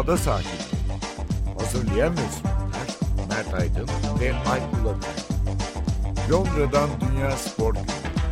Ada sahilleri. Hazırlayan ve sunanlar Mert Aydın ve Alp Ulagay. Londra'dan Dünya Spor Günü.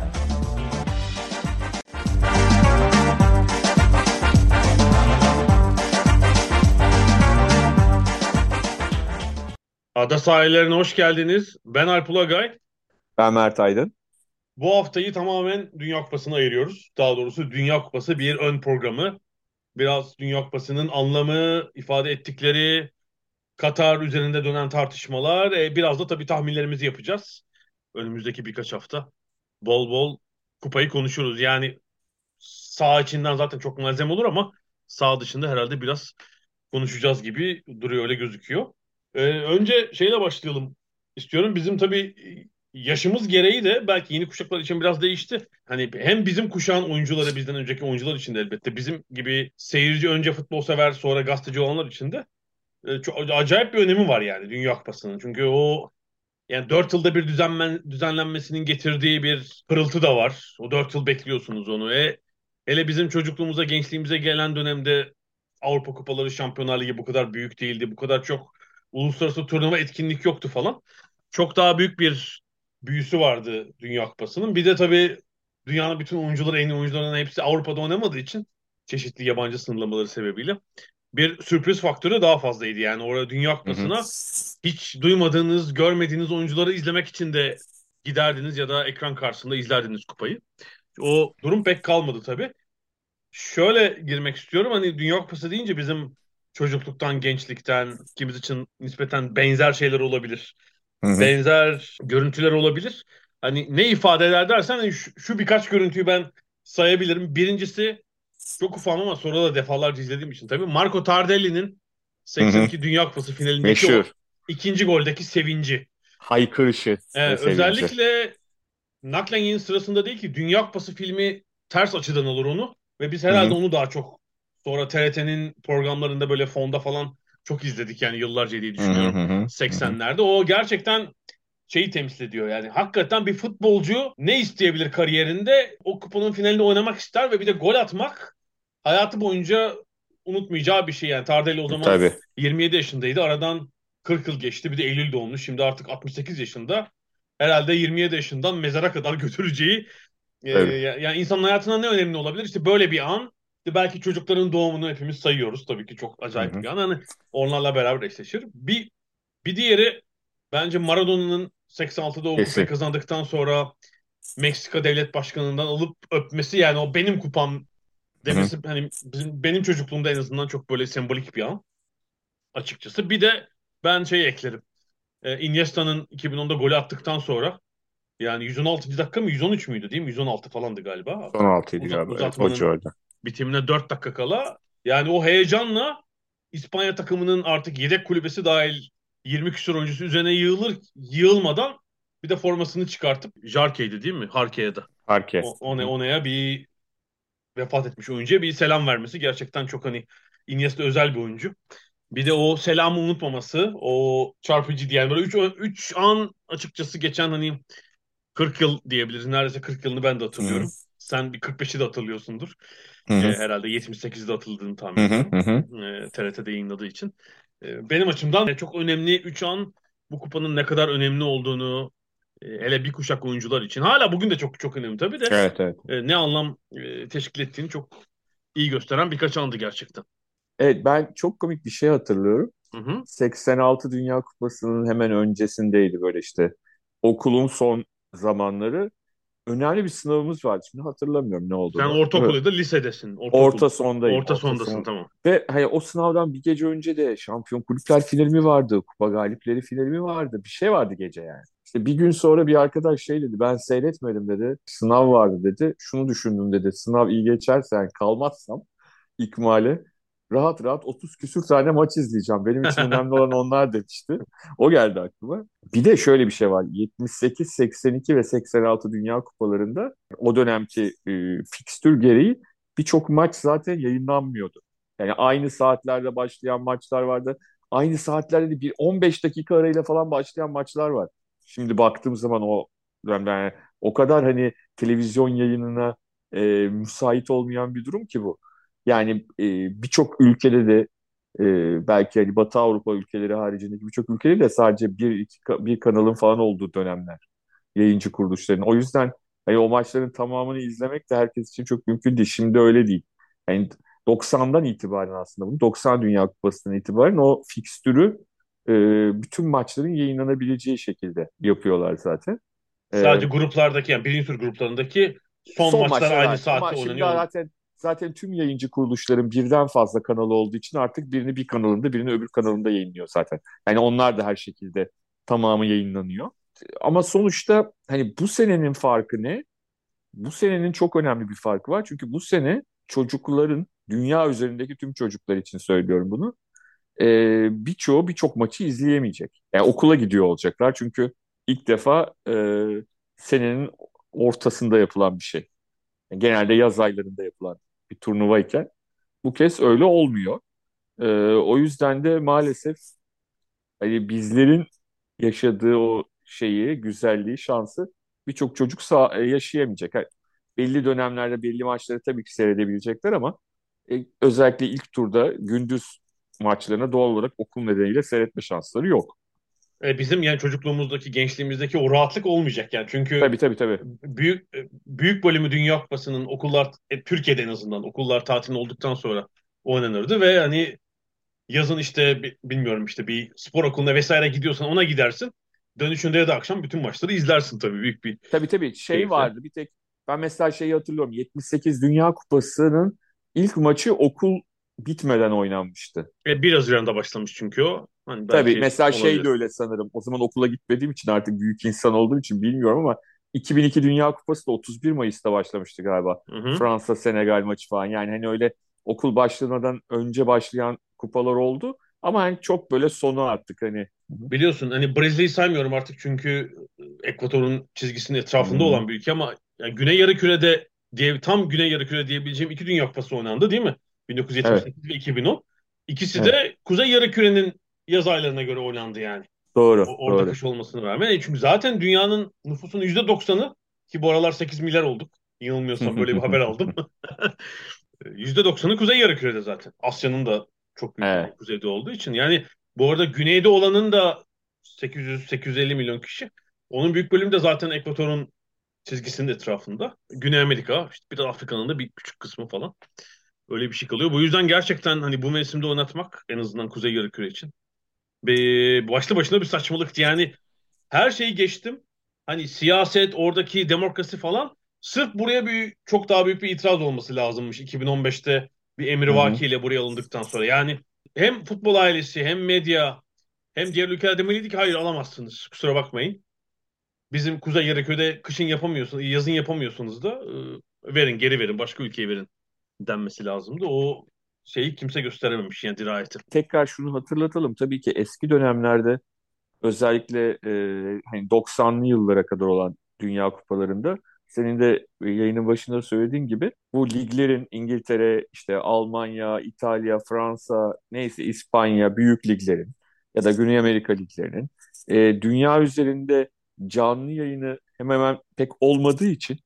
Ada sahillerine hoş geldiniz. Ben Alp Ulagay. Ben Mert Aydın. Bu haftayı tamamen Dünya Kupası'na ayırıyoruz. Daha doğrusu Dünya Kupası bir ön programı. Biraz Dünya Kupası'nın anlamı, ifade ettikleri, Katar üzerinde dönen tartışmalar. Biraz da tabii tahminlerimizi yapacağız. Önümüzdeki birkaç hafta bol bol kupayı konuşuruz. Yani sağ içinden zaten çok malzeme olur ama sağ dışında herhalde biraz konuşacağız gibi duruyor, öyle gözüküyor. Önce şeyle başlayalım istiyorum. Bizim tabii yaşımız gereği de belki yeni kuşaklar için biraz değişti. Hani hem bizim kuşağın oyuncuları, bizden önceki oyuncular için de elbette bizim gibi seyirci, önce futbol sever sonra gazeteci olanlar için de çok acayip bir önemi var yani Dünya Kupası'nın. Çünkü o, yani 4 yılda bir düzenlenmesinin getirdiği bir pırıltı da var. O 4 yıl bekliyorsunuz onu. Hele bizim çocukluğumuza, gençliğimize gelen dönemde Avrupa Kupaları, Şampiyonlar Ligi bu kadar büyük değildi. Bu kadar çok uluslararası turnuva etkinlik yoktu falan. Çok daha büyük bir büyüsü vardı Dünya Kupası'nın. Bir de tabii dünyanın bütün oyuncuları, en iyi oyuncularının hepsi Avrupa'da oynamadığı için çeşitli yabancı sınırlamaları sebebiyle bir sürpriz faktörü daha fazlaydı. Yani orada Dünya Hı hı. Kupası'na hiç duymadığınız, görmediğiniz oyuncuları izlemek için de giderdiniz ya da ekran karşısında izlerdiniz kupayı. O durum pek kalmadı tabii. Şöyle girmek istiyorum. Hani Dünya Kupası deyince bizim çocukluktan, gençlikten, kimimiz için nispeten benzer şeyler olabilir. Hı hı. Benzer görüntüler olabilir. Hani ne ifade eder dersen hani şu birkaç görüntüyü ben sayabilirim. Birincisi, çok ufam ama sonra da defalarca izlediğim için tabii, Marco Tardelli'nin Hı hı. 82 Dünya Kupası finalindeki o Meşhur. ikinci goldeki sevinci. Haykırışı ve sevinci. Özellikle naklen yayın sırasında değil ki, Dünya Kupası filmi ters açıdan alır onu ve biz Hı herhalde hı. onu daha çok sonra TRT'nin programlarında böyle fonda falan çok izledik yani yıllarca diye Hı hı hı düşünüyorum, hı. Hı hı. 80'lerde. O gerçekten şeyi temsil ediyor yani. Hakikaten bir futbolcu ne isteyebilir kariyerinde? O kupanın finalinde oynamak ister ve bir de gol atmak hayatı boyunca unutmayacağı bir şey yani. Tardelli o zaman Tabii. 27 yaşındaydı. Aradan 40 yıl geçti. Bir de Eylül doğumlu. Şimdi artık 68 yaşında. Herhalde 27 yaşından mezara kadar götüreceği, Tabii. yani insanın hayatına ne önemli olabilir? İşte böyle bir an. İşte belki çocukların doğumunu hepimiz sayıyoruz. Tabii ki çok Hı acayip hı. bir an. Hani onlarla beraber eşleşir. Bir diğeri, bence Maradona'nın 86'da o kupayı Kesin. kazandıktan sonra Meksika Devlet Başkanı'ndan alıp öpmesi, yani o benim kupam Hı hı. demesi, hani benim çocukluğumda en azından çok böyle sembolik bir an açıkçası. Bir de ben şey eklerim. Iniesta'nın 2010'da golü attıktan sonra, yani 116. dakika mı 113 müydü, değil mi? 116 falandı galiba. Son altıydı galiba. Evet. O Uzatmanın civarda. bitimine 4 dakika kala, yani o heyecanla İspanya takımının artık yedek kulübesi dahil 20 küsur oyuncusu üzerine yığılmadan bir de formasını çıkartıp, Jarke'ydi değil mi? Harke'ye de. Parke. Hı hı. Onaya bir, vefat etmiş oyuncuya bir selam vermesi gerçekten çok, hani Iniesta özel bir oyuncu. Bir de o selamı unutmaması, o çarpıcı diye, yani böyle üç an açıkçası geçen, hani 40 yıl diyebiliriz. Neredeyse 40 yılını ben de Hı hı. hatırlıyorum. Sen bir 45'i de hatırlıyorsundur. Hı hı. Herhalde 78'de atıldığını tahmin Hı hı. ediyorum. Hı hı. TRT'de yayınladığı için. Benim açımdan çok önemli 3 an, bu kupanın ne kadar önemli olduğunu, hele bir kuşak oyuncular için. Hala bugün de çok çok önemli tabii de, Evet, evet. ne anlam teşkil ettiğini çok iyi gösteren birkaç andı gerçekten. Evet, ben çok komik bir şey hatırlıyorum. Hı hı. 86 Dünya Kupası'nın hemen öncesindeydi böyle işte. Okulun son zamanları. Önemli bir sınavımız vardı. Şimdi hatırlamıyorum ne Sen olduğunu. ortaokul ya da lisedesin. Orta Ortaokul. sondayım. Orta Orta sondasın, son. tamam. Ve hani o sınavdan bir gece önce de Şampiyon Kulüpler finali mi vardı? Kupa Galipleri finali mi vardı? Bir şey vardı gece yani. İşte bir gün sonra bir arkadaş şey dedi. Ben seyretmedim dedi. Sınav vardı dedi. Şunu düşündüm dedi. Sınav iyi geçerse, yani kalmazsam ikmale, rahat rahat 30 küsür tane maç izleyeceğim. Benim için önemli olan onlar demişti. O geldi aklıma. Bir de şöyle bir şey var. 78, 82 ve 86 Dünya Kupalarında o dönemki fikstür gereği birçok maç zaten yayınlanmıyordu. Yani aynı saatlerde başlayan maçlar vardı. Aynı saatlerde de bir 15 dakika arayla falan başlayan maçlar var. Şimdi baktığım zaman o dönemde yani o kadar hani televizyon yayınına müsait olmayan bir durum ki bu. Yani birçok ülkede de Belki hani Batı Avrupa ülkeleri haricindeki birçok ülkede de sadece bir kanalın falan olduğu dönemler yayıncı kuruluşların. O yüzden hani o maçların tamamını izlemek de herkes için çok mümkün değil. Şimdi öyle değil. Yani 90'dan itibaren aslında bunu 90 Dünya Kupası'ndan itibaren o fikstürü bütün maçların yayınlanabileceği şekilde yapıyorlar zaten. E, Sadece gruplardaki yani birinci tur gruplarındaki son Son maçlar maçlar aynı hariç. Ama saatte şimdi oynanıyor. zaten tüm yayıncı kuruluşların birden fazla kanalı olduğu için artık birini bir kanalında, birini öbür kanalında yayınlıyor zaten. Yani onlar da her şekilde tamamı yayınlanıyor. Ama sonuçta hani bu senenin farkı ne? Bu senenin çok önemli bir farkı var. Çünkü bu sene çocukların, dünya üzerindeki tüm çocuklar için söylüyorum bunu. Birçok maçı izleyemeyecek. Yani okula gidiyor olacaklar. Çünkü ilk defa senenin ortasında yapılan bir şey. Genelde yaz aylarında yapılan bir turnuvayken bu kez öyle olmuyor. O yüzden de maalesef hani bizlerin yaşadığı o şeyi, güzelliği, şansı birçok çocuk yaşayamayacak. Yani belli dönemlerde belli maçları tabii ki seyredebilecekler ama özellikle ilk turda gündüz maçlarına doğal olarak okul nedeniyle seyretme şansları yok. Bizim yani çocukluğumuzdaki, gençliğimizdeki o rahatlık olmayacak yani. Çünkü Tabii tabii tabii. büyük bölümü Dünya Kupası'nın okullar Türkiye'de en azından okullar tatil olduktan sonra oynanırdı ve hani yazın işte bilmiyorum işte bir spor okuluna vesaire gidiyorsan ona gidersin. Dönüşünde ya da akşam bütün maçları izlersin tabii büyük bir Tabii tabii şey keyifle. vardı bir tek ben mesela şeyi hatırlıyorum 78 Dünya Kupası'nın ilk maçı okul bitmeden oynanmıştı. 1 Haziran'da başlamış çünkü o. Hani Tabii belki mesela şey de olabilir. öyle sanırım. O zaman okula gitmediğim için artık büyük insan olduğum için bilmiyorum ama 2002 Dünya Kupası da 31 Mayıs'ta başlamıştı galiba. Hı hı. Fransa-Senegal maçı falan. Yani hani öyle okul başlamadan önce başlayan kupalar oldu. Ama hani çok böyle sonu artık hani. Biliyorsun hani Brezilya'yı saymıyorum artık çünkü Ekvator'un çizgisinin etrafında Hmm, olan bir ülke ama yani Güney Yarımküre'de tam Güney Yarımküre diyebileceğim iki Dünya Kupası oynandı değil mi? evet, 1978 ve 2010. İkisi evet. de Kuzey Yarımküre'nin yaz aylarına göre oynandı yani. Doğru, Orada doğru. kış olmasına rağmen. Çünkü zaten dünyanın nüfusunun %90'ı ki bu aralar 8 milyar olduk. Yanılmıyorsam böyle bir haber aldım. %90'ı Kuzey Yarımküre'de zaten. Asya'nın da çok büyük bölümü Evet. kuzeyde olduğu için. Yani bu arada güneyde olanın da 800-850 milyon kişi. Onun büyük bölümü de zaten Ekvator'un çizgisinin etrafında. Güney Amerika, işte bir de Afrika'nın da bir küçük kısmı falan. Öyle bir şey kalıyor. Bu yüzden gerçekten hani bu mevsimde oynatmak en azından Kuzey Yarımküre için başlı başına bir saçmalıktı. Yani her şeyi geçtim. Hani siyaset, oradaki demokrasi falan sırf buraya çok daha büyük bir itiraz olması lazımmış 2015'te bir Hı hı. emrivakiyle buraya alındıktan sonra. Yani hem futbol ailesi hem medya hem diğer ülkeler demeliydi ki hayır alamazsınız. Kusura bakmayın. Bizim Kuzey Yarımküre'de kışın yapamıyorsunuz, yazın yapamıyorsunuz da verin, geri verin, başka ülkeye verin denmesi lazımdı. O şeyi kimse gösterememiş yani dirayeti. Tekrar şunu hatırlatalım. Tabii ki eski dönemlerde özellikle hani 90'lı yıllara kadar olan Dünya Kupalarında senin de yayının başında söylediğin gibi bu liglerin İngiltere, işte Almanya, İtalya, Fransa, neyse İspanya büyük liglerin ya da Güney Amerika liglerinin dünya üzerinde canlı yayını hemen hemen pek olmadığı için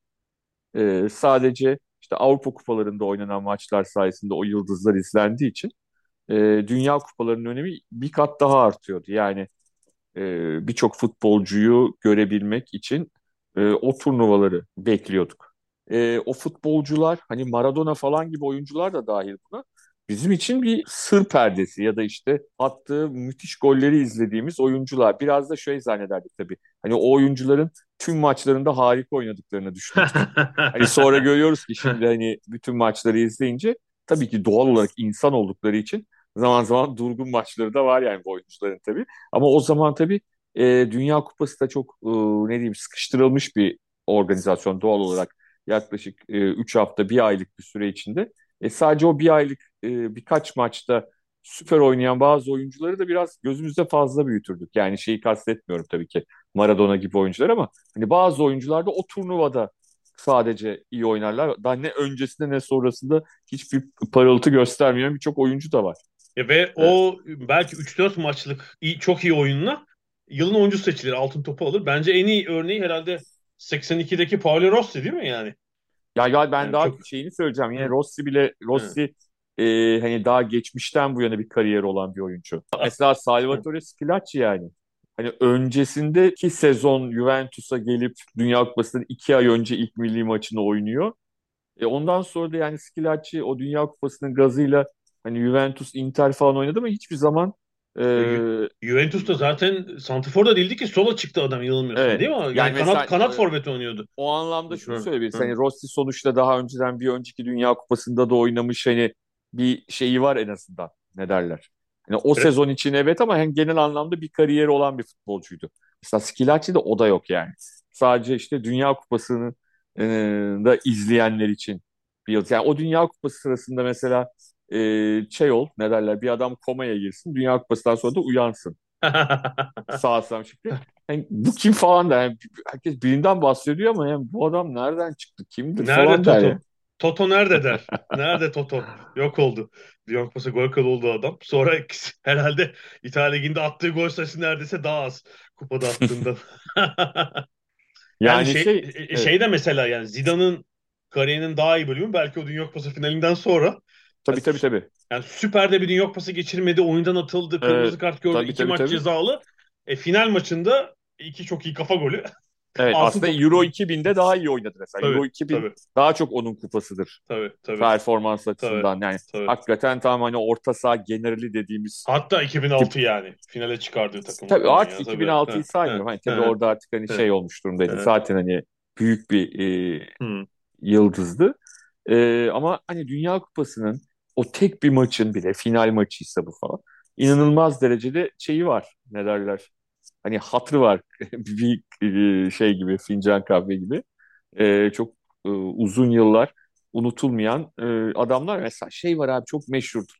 sadece işte Avrupa kupalarında oynanan maçlar sayesinde o yıldızlar izlendiği için e, Dünya Kupalarının önemi bir kat daha artıyordu. Yani birçok futbolcuyu görebilmek için o turnuvaları bekliyorduk. O futbolcular hani Maradona falan gibi oyuncular da dahil buna bizim için bir sır perdesi ya da işte attığı müthiş golleri izlediğimiz oyuncular. Biraz da şöyle zannederdik tabii. Hani o oyuncuların tüm maçlarında harika oynadıklarını düşünürdük. Hani sonra görüyoruz ki şimdi hani bütün maçları izleyince tabii ki doğal olarak insan oldukları için zaman zaman durgun maçları da var yani bu oyuncuların tabii. Ama o zaman tabii Dünya Kupası da çok ne diyeyim sıkıştırılmış bir organizasyon doğal olarak yaklaşık 3 hafta bir aylık bir süre içinde. Sadece o bir aylık birkaç maçta süper oynayan bazı oyuncuları da biraz gözümüzde fazla büyütürdük. Yani şeyi kastetmiyorum tabii ki Maradona gibi oyuncular ama hani bazı oyuncular da o turnuvada sadece iyi oynarlar. Daha ne öncesinde ne sonrasında hiçbir parıltı göstermeyen birçok oyuncu da var. Ve E, o belki 3-4 maçlık çok iyi oyunla yılın oyuncusu seçilir. Altın topu alır. Bence en iyi örneği herhalde 82'deki Paolo Rossi değil mi yani? Ya ben Yani daha çok şeyini söyleyeceğim. Yine hı, hı. Rossi hani daha geçmişten bu yana bir kariyer olan bir oyuncu. Mesela Salvatore Schillaci yani. Hani öncesindeki sezon Juventus'a gelip Dünya Kupası'ndan 2 ay önce ilk milli maçını oynuyor. Ondan sonra da yani Schillaci o Dünya Kupası'nın gazıyla hani Juventus, Inter falan oynadı ama hiçbir zaman e, Juventus'ta zaten santrfor değildi ki, sola çıktı adam yanılmıyorsam, evet değil mi? yani Yani kanat mesela kanat forveti oynuyordu. o anlamda şunu Hı, söyleyebiliriz. hı. Hani Rossi sonuçta daha önceden bir önceki Dünya Kupası'nda da oynamış hani bir şeyi var en azından. Ne derler? Yani o Evet. sezon için evet ama hem genel anlamda bir kariyeri olan bir futbolcuydu. Mesela Schillaci'de o da yok yani. Sadece işte Dünya Kupası'nı da izleyenler için bir yıl. Yani o Dünya Kupası sırasında mesela şey ol ne derler bir adam komaya girsin. Dünya Kupası'ndan sonra da uyansın. Sağ çıktı. Yani bu kim falan da yani herkes birinden bahsediyor ama yani bu adam nereden çıktı kimdir Nerede falan der ya. Toto? Toto nerede der. Nerede Toto? Yok oldu. Dünya Kupası gol kralı oldu adam. Sonra herhalde İtalya Ligi'nde attığı gol sayısı neredeyse daha az kupada attığından. Yani Yani evet, şey de mesela, yani Zidane'ın kariyerinin daha iyi bölümü belki o Dünya Kupası finalinden sonra. Ya, tabii tabii tabii. yani Süper'de bir Dünya Kupası geçirmedi. Oyundan atıldı. Ee, Kırmızı kart gördü. tabii 2 tabii maç tabii. cezalı. Final maçında iki çok iyi kafa golü. Evet Altın aslında top. Euro 2000'de daha iyi oynadı mesela. Euro Tabii, 2000 tabii, daha çok onun kupasıdır tabii, tabii, performans tabii, açısından. Yani tabii. hakikaten tam hani orta saha generali dediğimiz Hatta tip. 2006 yani. Finale çıkardığı takımı Tabii falan artık ya, tabii. 2006'yı Hı, hı, saymıyorum. Hani tabii hı, orada artık hani hı, şey olmuş durumdaydı. hı, Zaten hani büyük bir hı. yıldızdı. Ama hani Dünya Kupası'nın o tek bir maçın bile final maçıysa bu falan inanılmaz derecede şeyi var. Ne derler? Hani hatırı var. Bir şey gibi fincan kahve gibi. Çok uzun yıllar unutulmayan adamlar. Mesela şey var abi çok meşhurdur.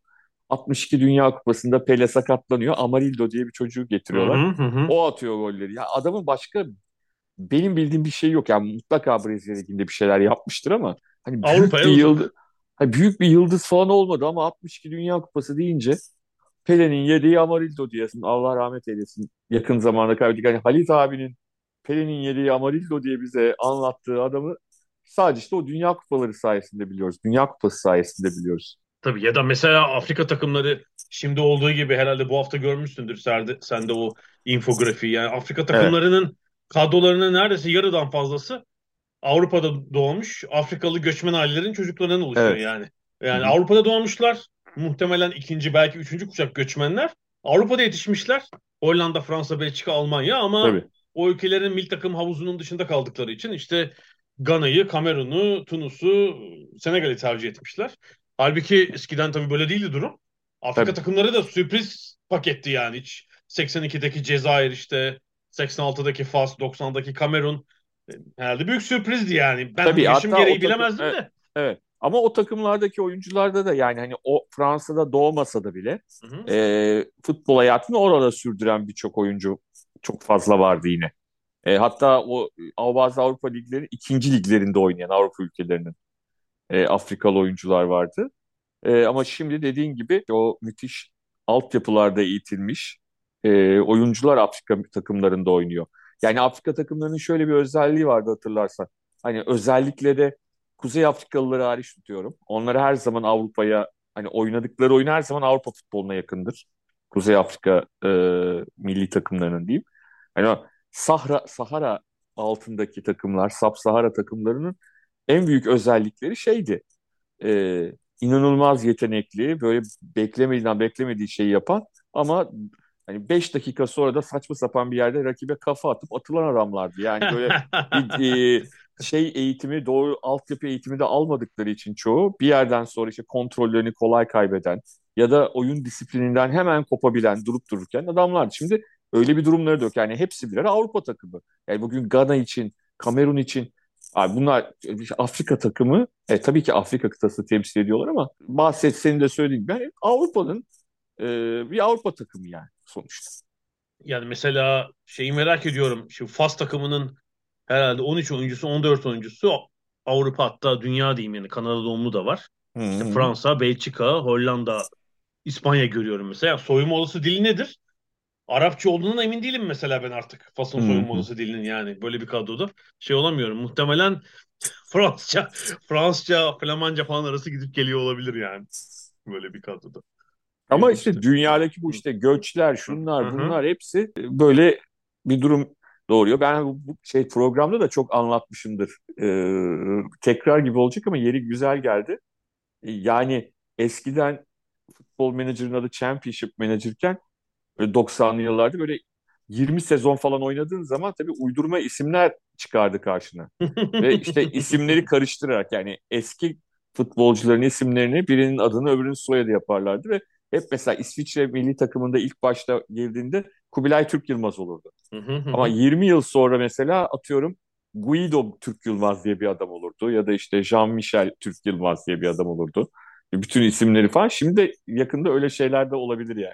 62 Dünya Kupası'nda Pele sakatlanıyor. Amarildo diye bir çocuğu Hı getiriyorlar. hı, hı hı. O atıyor golleri. Ya adamın başka benim bildiğim bir şey yok. Yani mutlaka Brezilya Ligi'nde bir şeyler yapmıştır ama hani büyük Avrupa'ya bir yıldız uzak. hani büyük bir yıldız falan olmadı ama 62 Dünya Kupası deyince Pele'nin yediği Amarildo diyesin. Allah rahmet eylesin. Yakın zamanda kaybettik. Hani Halit abinin Pele'nin yediği Amarildo diye bize anlattığı adamı sadece işte o Dünya Kupaları sayesinde biliyoruz. Dünya Kupası sayesinde biliyoruz. Tabii, ya da mesela Afrika takımları şimdi olduğu gibi, herhalde bu hafta görmüşsündür sen de o infografiği. Yani Afrika Evet. takımlarının kadrolarının neredeyse yarıdan fazlası Avrupa'da doğmuş Afrikalı göçmen ailelerin çocuklarından oluşuyor Evet. yani. Hı Yani hı. Avrupa'da doğmuşlar. Muhtemelen ikinci, belki üçüncü kuşak göçmenler. Avrupa'da yetişmişler. Hollanda, Fransa, Belçika, Almanya, ama Tabii. o ülkelerin milli takım havuzunun dışında kaldıkları için işte Gana'yı, Kamerun'u, Tunus'u, Senegal'i tercih etmişler. Halbuki eskiden tabii böyle değildi durum. Afrika Tabii. takımları da sürpriz paketti yani. Hiç 82'deki Cezayir, işte 86'daki Fas, 90'daki Kamerun. Herhalde büyük sürprizdi yani. Ben hani Tabii yaşım hatta o gereği takım bilemezdim evet, de. evet. Ama o takımlardaki oyuncularda da yani hani o Fransa'da doğmasa da bile Hı hı. futbol hayatını orada sürdüren birçok oyuncu çok fazla vardı yine. Hatta bazı Avrupa liglerinin ikinci liglerinde oynayan Avrupa ülkelerinin Afrikalı oyuncular vardı. Ama şimdi dediğin gibi o müthiş altyapılarda eğitilmiş oyuncular Afrika takımlarında oynuyor. Yani Afrika takımlarının şöyle bir özelliği vardı hatırlarsan. Hani özellikle de Kuzey Afrikalıları hariç tutuyorum. Onları her zaman Avrupa'ya hani oynadıkları oyun her zaman Avrupa futboluna yakındır. Kuzey Afrika milli takımlarının diyeyim. Hani o Sahara altındaki takımlar, Sahara takımlarının en büyük özellikleri şeydi inanılmaz yetenekli, böyle beklemediği şeyi yapan ama hani 5 dakika sonra da saçma sapan bir yerde rakibe kafa atıp atılan adamlardı. Yani böyle bir şey eğitimi, doğru altyapı eğitimi de almadıkları için çoğu bir yerden sonra işte kontrollerini kolay kaybeden ya da oyun disiplininden hemen kopabilen, durup dururken adamlardı. Şimdi öyle bir durumları da yok. Yani hepsi birer Avrupa takımı. Yani bugün Gana için, Kamerun için abi bunlar Afrika takımı tabii ki Afrika kıtası temsil ediyorlar ama senin de söylediğin gibi yani Avrupa'nın e, bir Avrupa takımı yani sonuçta. Yani mesela şeyi merak ediyorum. Şimdi Fas takımının herhalde 13 oyuncusu, 14 oyuncusu Avrupa, hatta dünya diyeyim, yani Kanada doğumlu da var. Hı İşte hı. Fransa, Belçika, Hollanda, İspanya görüyorum mesela. Soyunma odası dili nedir? Arapça olduğundan emin değilim mesela ben artık. Fas'ın Hı soyunma hı. odası dilinin, yani böyle bir kadroda şey olamıyorum. Muhtemelen Fransızca, Flamanca falan arası gidip geliyor olabilir yani. böyle bir kadroda. Ama İlginçti. işte dünyadaki bu Hı işte göçler, hı. şunlar, Hı. bunlar hepsi böyle bir durum doğuruyor. Ben bu şey programda da çok anlatmışımdır. Tekrar gibi olacak ama yeri güzel geldi. Yani eskiden futbol menajerin adı Championship Manager'ken böyle 90'lı yıllarda böyle 20 sezon falan oynadığın zaman tabii uydurma isimler çıkardı karşına. Ve işte isimleri karıştırarak yani eski futbolcuların isimlerini birinin adını öbürünün soyadı yaparlardı ve hep mesela İsviçre milli takımında ilk başta girdiğinde Kubilay Türk Yılmaz olurdu. Hı hı hı Ama hı. 20 yıl sonra mesela atıyorum Guido Türk Yılmaz diye bir adam olurdu ya da işte Jean-Michel Türk Yılmaz diye bir adam olurdu. Bütün isimleri falan. Şimdi de yakında öyle şeyler de olabilir yani.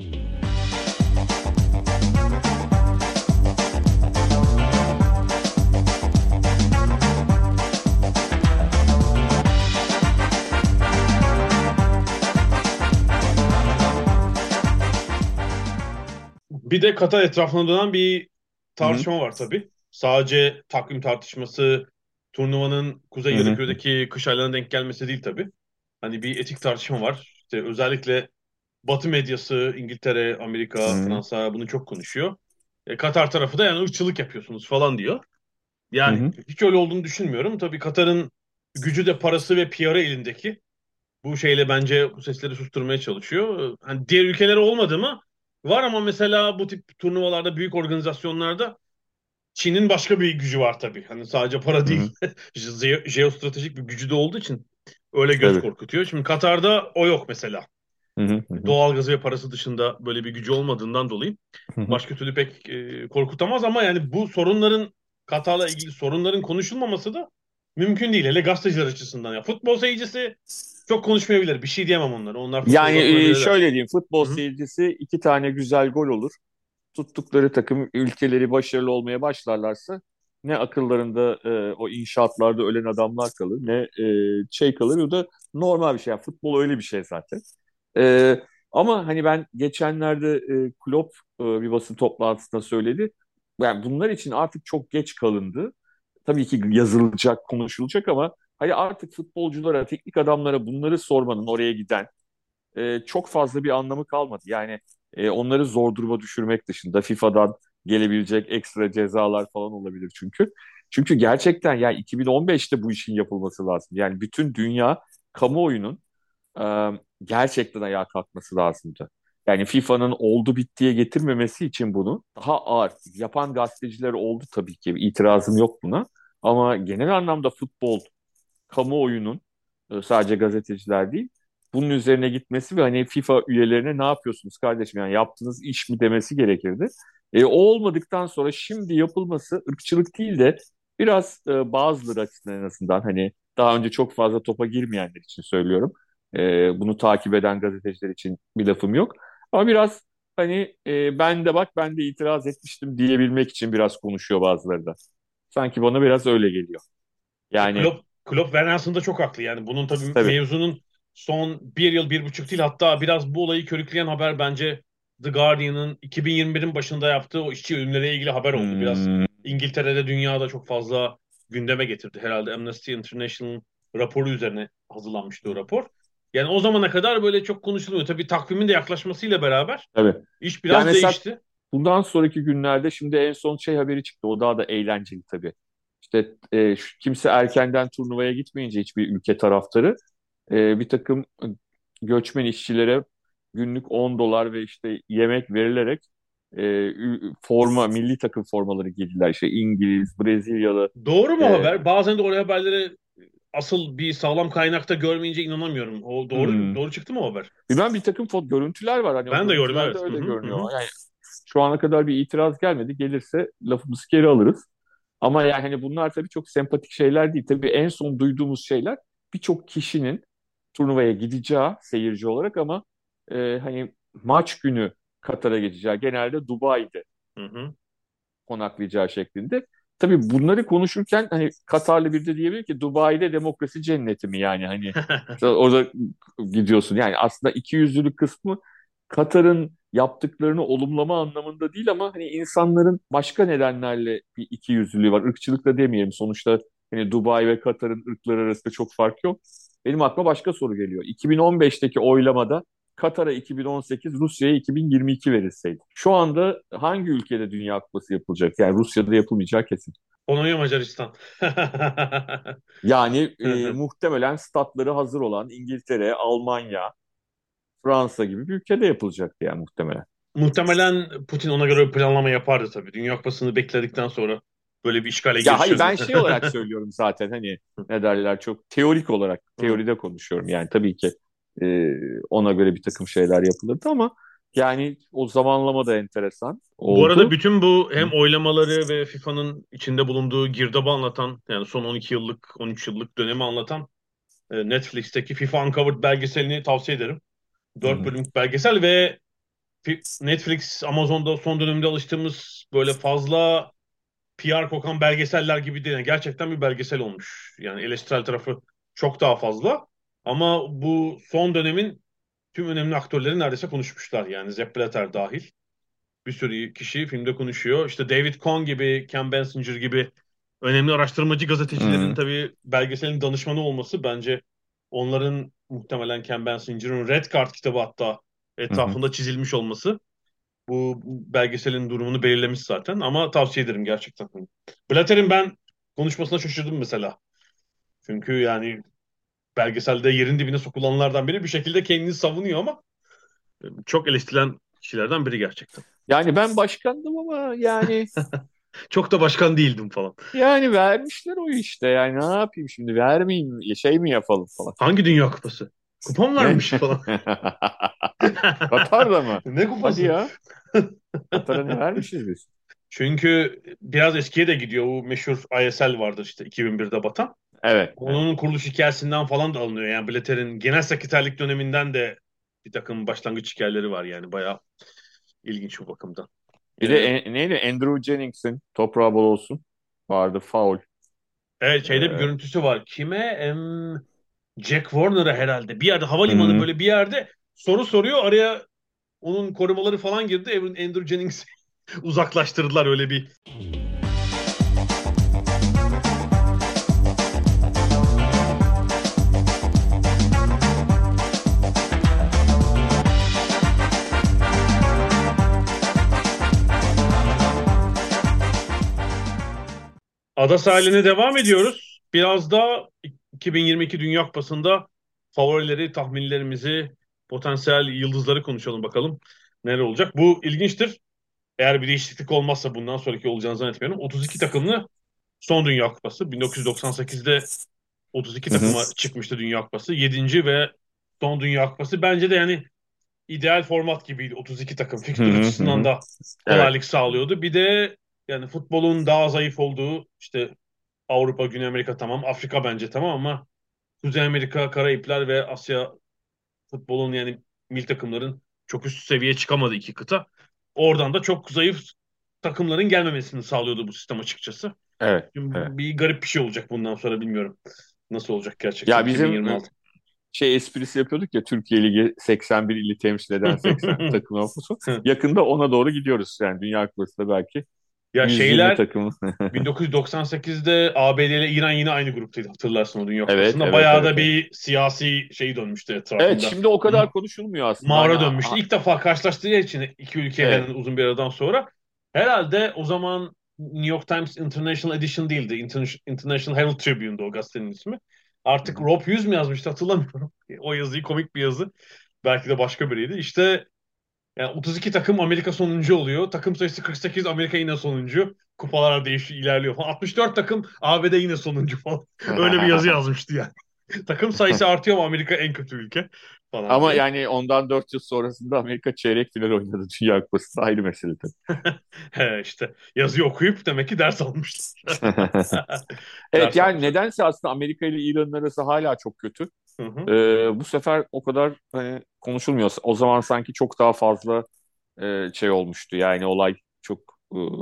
Bir de Katar etrafına dönen bir Hı hı, tartışma var tabii. Sadece takvim tartışması, turnuvanın hı kuzey ya da hı, köydeki kış aylarına denk gelmesi değil tabii. Hani bir etik tartışma var. İşte özellikle Batı medyası, İngiltere, hı Amerika, hı, Fransa bunu çok konuşuyor. Katar tarafı da yani ırkçılık yapıyorsunuz falan diyor. hı Yani hı, hiç öyle olduğunu düşünmüyorum. Tabii Katar'ın gücü de parası ve PR'ı elindeki. Bu şeyle bence bu sesleri susturmaya çalışıyor. Hani diğer ülkelere olmadı mı? Var ama mesela bu tip turnuvalarda, büyük organizasyonlarda Çin'in başka bir gücü var tabii. Hani sadece para hı değil, hı. jeostratejik bir gücü de olduğu için öyle göz Tabii. korkutuyor. Şimdi Katar'da o yok mesela. Hı hı, hı hı, Doğalgazı ve parası dışında böyle bir gücü olmadığından dolayı hı hı. başka türlü pek korkutamaz ama yani bu sorunların Katar'la ilgili sorunların konuşulmaması da mümkün değil. Hele gazeteciler açısından. Ya futbol seyircisi çok konuşmayabilir. Bir şey diyemem onlara. Onlar Yani futbolda akınabilirler. şöyle diyeyim, futbol Hı hı. seyircisi iki tane güzel gol olur. Tuttukları takım ülkeleri başarılı olmaya başlarlarsa ne akıllarında o inşaatlarda ölen adamlar kalır ne şey kalır. O da normal bir şey. Yani futbol öyle bir şey zaten. E, Ama hani ben geçenlerde Klopp bir basın toplantısında söyledi. Yani bunlar için artık çok geç kalındı. Tabii ki yazılacak, konuşulacak ama hani artık futbolculara, teknik adamlara bunları sormanın oraya giden çok fazla bir anlamı kalmadı. Yani onları zor duruma düşürmek dışında FIFA'dan gelebilecek ekstra cezalar falan olabilir çünkü. Çünkü gerçekten yani 2015'te bu işin yapılması lazım. Yani bütün dünya kamuoyunun gerçekten ayağa kalkması lazımdı. Yani FIFA'nın oldu bittiye getirmemesi için bunu daha ağır yapan gazeteciler oldu tabii ki. İtirazım yok buna. Ama genel anlamda futbol kamuoyunun sadece gazeteciler değil bunun üzerine gitmesi ve hani FIFA üyelerine ne yapıyorsunuz kardeşim yani yaptığınız iş mi demesi gerekirdi. O olmadıktan sonra şimdi yapılması ırkçılık değil de biraz bazıları açısından en azından hani daha önce çok fazla topa girmeyenler için söylüyorum. Bunu takip eden gazeteciler için bir lafım yok. Ama biraz hani ben de bak ben de itiraz etmiştim diyebilmek için biraz konuşuyor bazıları da. Sanki bana biraz öyle geliyor. Yani Klopp aslında çok haklı. Yani bunun tabii tabii. mevzunun son bir yıl, bir buçuk değil hatta biraz bu olayı körükleyen haber bence The Guardian'ın 2021'in başında yaptığı o işçi ölümleriyle ilgili haber oldu. Biraz Hmm, İngiltere'de, dünyada çok fazla gündeme getirdi. Herhalde Amnesty International'ın raporu üzerine hazırlanmıştı o rapor. Yani o zamana kadar böyle çok konuşulmuyor. Tabii takvimin de yaklaşmasıyla beraber tabii. iş Yani biraz mesela değişti. bundan sonraki günlerde şimdi en son şey haberi çıktı. O daha da eğlenceli tabii. İşte kimse erkenden turnuvaya gitmeyince hiçbir ülke taraftarı bir takım göçmen işçilere günlük 10 dolar ve işte yemek verilerek forma, milli takım formaları giydiler. İşte İngiliz, Brezilyalı. Doğru mu e, haber? Bazen de oraya haberleri asıl bir sağlam kaynakta görmeyince inanamıyorum. O doğru hmm. doğru çıktı mı o haber? Bilmem bir takım görüntüler var. Hani o Ben de gördüm görüntülerde evet. Hı öyle hı, hı hı. görünüyor. Yani şu ana kadar bir itiraz gelmedi. Gelirse lafımızı geri alırız. Ama yani hani bunlar tabii çok sempatik şeyler değil. Tabii en son duyduğumuz şeyler birçok kişinin turnuvaya gideceği seyirci olarak ama hani maç günü Katar'a geçeceği genelde Dubai'de Hı hı. konaklayacağı şeklinde. Tabii bunları konuşurken hani Katarlı bir de diyebilir ki Dubai'de demokrasi cenneti mi yani hani orada gidiyorsun. Yani aslında ikiyüzlülük kısmı Katar'ın yaptıklarını olumlama anlamında değil ama hani insanların başka nedenlerle bir ikiyüzlülüğü var. Irkçılık da demeyelim. Sonuçta hani Dubai ve Katar'ın ırkları arasında çok fark yok. benim aklıma başka soru geliyor. 2015'teki oylamada Katar'a 2018, Rusya'ya 2022 verilseydi. Şu anda hangi ülkede Dünya Kupası yapılacak? Yani Rusya'da yapılmayacağı kesin. Polonya, Macaristan. Yani muhtemelen statları hazır olan İngiltere, Almanya, Fransa gibi bir ülkede yapılacaktı yani muhtemelen. Muhtemelen Putin ona göre bir planlama yapardı tabii. Dünya Kupası'nı bekledikten sonra böyle bir işgale Ya hayır, girişirdi. ben şey olarak söylüyorum zaten, hani ne derler, çok teorik olarak, Hı. teoride konuşuyorum. Yani tabii ki e, ona göre bir takım şeyler yapılırdı ama yani o zamanlama da enteresan Bu arada oldu. bütün bu Hı hem oylamaları ve FIFA'nın içinde bulunduğu girdabı anlatan, yani son 12 yıllık, 13 yıllık dönemi anlatan Netflix'teki FIFA Uncovered belgeselini tavsiye ederim. 4 hı bölümlük belgesel ve Netflix, Amazon'da son dönemde alıştığımız böyle fazla PR kokan belgeseller gibi değil. Yani gerçekten bir belgesel olmuş. Yani eleştirel tarafı çok daha fazla. Ama bu son dönemin tüm önemli aktörleri neredeyse konuşmuşlar. Yani Sepp Blatter dahil. Bir sürü kişi filmde konuşuyor. İşte David Cohn gibi, Ken Basinger gibi önemli araştırmacı gazetecilerin hı tabii belgeselin danışmanı olması bence onların muhtemelen Ken Basinger'ın Red Card kitabı hatta hı hı. etrafında çizilmiş olması bu belgeselin durumunu belirlemiş zaten ama tavsiye ederim gerçekten. Blatter'in ben konuşmasına şaşırdım mesela. Çünkü yani belgeselde yerin dibine sokulanlardan biri bir şekilde kendini savunuyor ama çok eleştirilen kişilerden biri gerçekten. Yani ben başkandım ama yani Çok da başkan değildim falan. vermişler o işte, yani ne yapayım şimdi, vermeyeyim, şey mi yapalım falan. Hangi Dünya Kupası? Kupam Ne? varmış falan. Katar'da mı? Ne Hadi kupası? ya. Katar'a ne vermişiz biz? Çünkü biraz eskiye de gidiyor. O meşhur ISL vardır işte 2001'de batan. Evet. Evet. Onun kuruluş hikayesinden falan da alınıyor. Yani Blatter'in genel sekreterlik döneminden de bir takım başlangıç hikayeleri var yani bayağı ilginç bu bakımdan. Bir de Ee, neydi? Andrew Jennings'in, toprağı bol olsun, vardı, faul. evet şeyde bir Ee, görüntüsü var. Kime? Jack Warner'a herhalde. Bir yerde havalimanı hı. böyle bir yerde soru soruyor. Araya onun korumaları falan girdi. Andrew Jennings'i uzaklaştırdılar öyle bir. Ada sahiline devam ediyoruz. Biraz da 2022 Dünya Kupası'nda favorileri, tahminlerimizi, potansiyel yıldızları konuşalım bakalım. Neler olacak? Bu ilginçtir. Eğer bir değişiklik olmazsa bundan sonraki olacağını zannetmiyorum. 32 takımlı son Dünya Kupası. 1998'de 32 Hı hı. takıma çıkmıştı Dünya Kupası. 7. ve son Dünya Kupası. Bence de yani ideal format gibiydi. 32 takım. Hı Fikstür hı. Hı açısından hı. da Evet. kolaylık sağlıyordu. Bir de yani futbolun daha zayıf olduğu işte Avrupa, Güney Amerika tamam. Afrika bence tamam ama Kuzey Amerika, Karayipler ve Asya futbolun yani milli takımların çok üst seviyeye çıkamadı iki kıta. Oradan da çok zayıf takımların gelmemesini sağlıyordu bu sistem açıkçası. Evet. Evet. Şimdi bir garip bir şey olacak bundan sonra bilmiyorum. Nasıl olacak gerçekten Ya bizim 2026. şey esprisi yapıyorduk ya, Türkiye Ligi 81 ili temsil eden 80 takım olması. Yakında ona doğru gidiyoruz. Yani Dünya Kupası'da belki Ya 120 şeyler takım. 1998'de ABD ile İran yine aynı gruptaydı hatırlarsın o Dünya Evet, Kupası'nda. evet, Bayağı evet, da evet. bir siyasi şey dönmüştü Evet, etrafında. şimdi o kadar konuşulmuyor aslında. Hani Mağara dönmüştü. İlk defa karşılaştığı için iki ülke evet. herhalde uzun bir aradan sonra. Herhalde o zaman New York Times International Edition değildi. International Herald Tribune'du o gazetenin ismi. Hı Artık hı. Rob Hughes mi yazmıştı hatırlamıyorum. O yazıyı komik bir yazı. Belki de başka biriydi. İşte yani 32 takım Amerika sonuncu oluyor. Takım sayısı 48 Amerika yine sonuncu. Kupalar değişiyor, ilerliyor falan. 64 takım ABD yine sonuncu falan. Öyle bir yazı yazmıştı yani. Takım sayısı artıyor ama Amerika en kötü ülke falan Ama diye. yani ondan 4 yıl sonrasında Amerika çeyrek final oynadı Dünya Kupası, ayrı mesele tabii. He işte yazıyı okuyup demek ki ders almışlar. Evet, Ders yani almışlar. nedense aslında Amerika ile İran'ın arası hala çok kötü. Hı hı. Bu sefer o kadar hani konuşulmuyor. O zaman sanki çok daha fazla şey olmuştu. Yani olay çok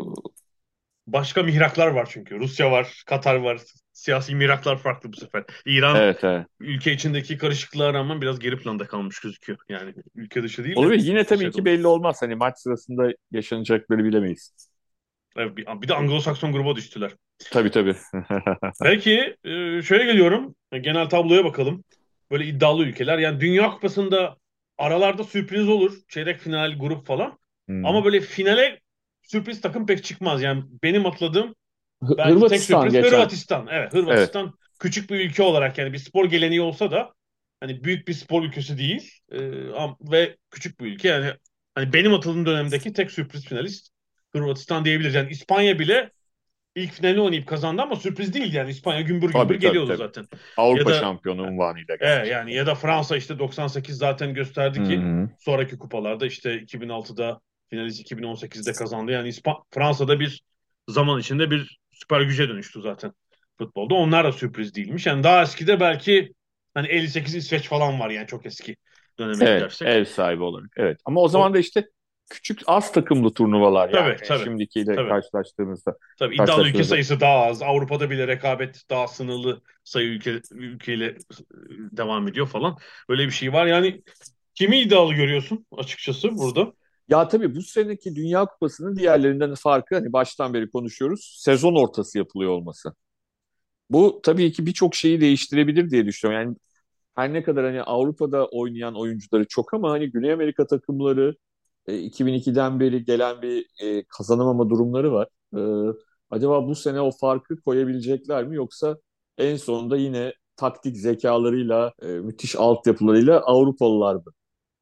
Başka mihraklar var çünkü. Rusya var, Katar var. Siyasi mihraklar farklı bu sefer. İran evet, evet. ülke içindeki karışıklığa rağmen biraz geri planda kalmış gözüküyor. Yani ülke dışı değil Olur de ya, yine tabii ki dışarıda. belli olmaz. Hani maç sırasında yaşanacakları bilemeyiz. Evet, bir de Anglo-Sakson gruba düştüler. Tabii, tabii. Peki şöyle geliyorum. Genel tabloya bakalım. böyle iddialı ülkeler. Yani Dünya Kupası'nda aralarda sürpriz olur. Çeyrek final, grup falan. Hmm. Ama böyle finale sürpriz takım pek çıkmaz. Yani benim atladığım belki tek Hırvatistan sürpriz geçen. Hırvatistan. Evet, Evet. Hırvatistan küçük bir ülke olarak yani bir spor geleneği olsa da hani büyük bir spor ülkesi değil. Ve küçük bir ülke. Yani hani benim atıldığım dönemdeki tek sürpriz finalist Hırvatistan diyebiliriz. Yani İspanya bile ilk finalini oynayıp kazandı ama sürpriz değildi yani. İspanya gümbür gümbür Tabii tabii geliyordu tabii. zaten. Ya Avrupa da şampiyonu unvanıyla yani gelmişti. ya da Fransa işte 98 zaten gösterdi ki Hı-hı. sonraki kupalarda işte 2006'da finalist 2018'de kazandı. Yani Fransa'da bir zaman içinde bir süper güce dönüştü zaten futbolda. Onlar da sürpriz değilmiş. Yani daha eskide belki hani 58 İsveç falan var yani çok eski döneme Evet, gidersek. ev sahibi olarak. Evet. Ama o O zaman da işte küçük az takımlı turnuvalar yani tabii tabii şimdikiyle tabii. karşılaştığımızda Tabii iddialı ülke karşılaştığımızda. sayısı daha az. Avrupa'da bile rekabet daha sınırlı sayı ülkeyle devam ediyor falan. Öyle bir şey var. Yani kimi iddialı görüyorsun açıkçası burada? Ya tabii bu seneki Dünya Kupası'nın diğerlerinden farkı hani baştan beri konuşuyoruz. Sezon ortası yapılıyor olması. Bu tabii ki birçok şeyi değiştirebilir diye düşünüyorum. Yani her ne kadar hani Avrupa'da oynayan oyuncuları çok ama hani Güney Amerika takımları 2002'den beri gelen bir kazanamama durumları var. Acaba bu sene o farkı koyabilecekler mi yoksa en sonunda yine taktik zekalarıyla, müthiş altyapılarıyla Avrupalılar mı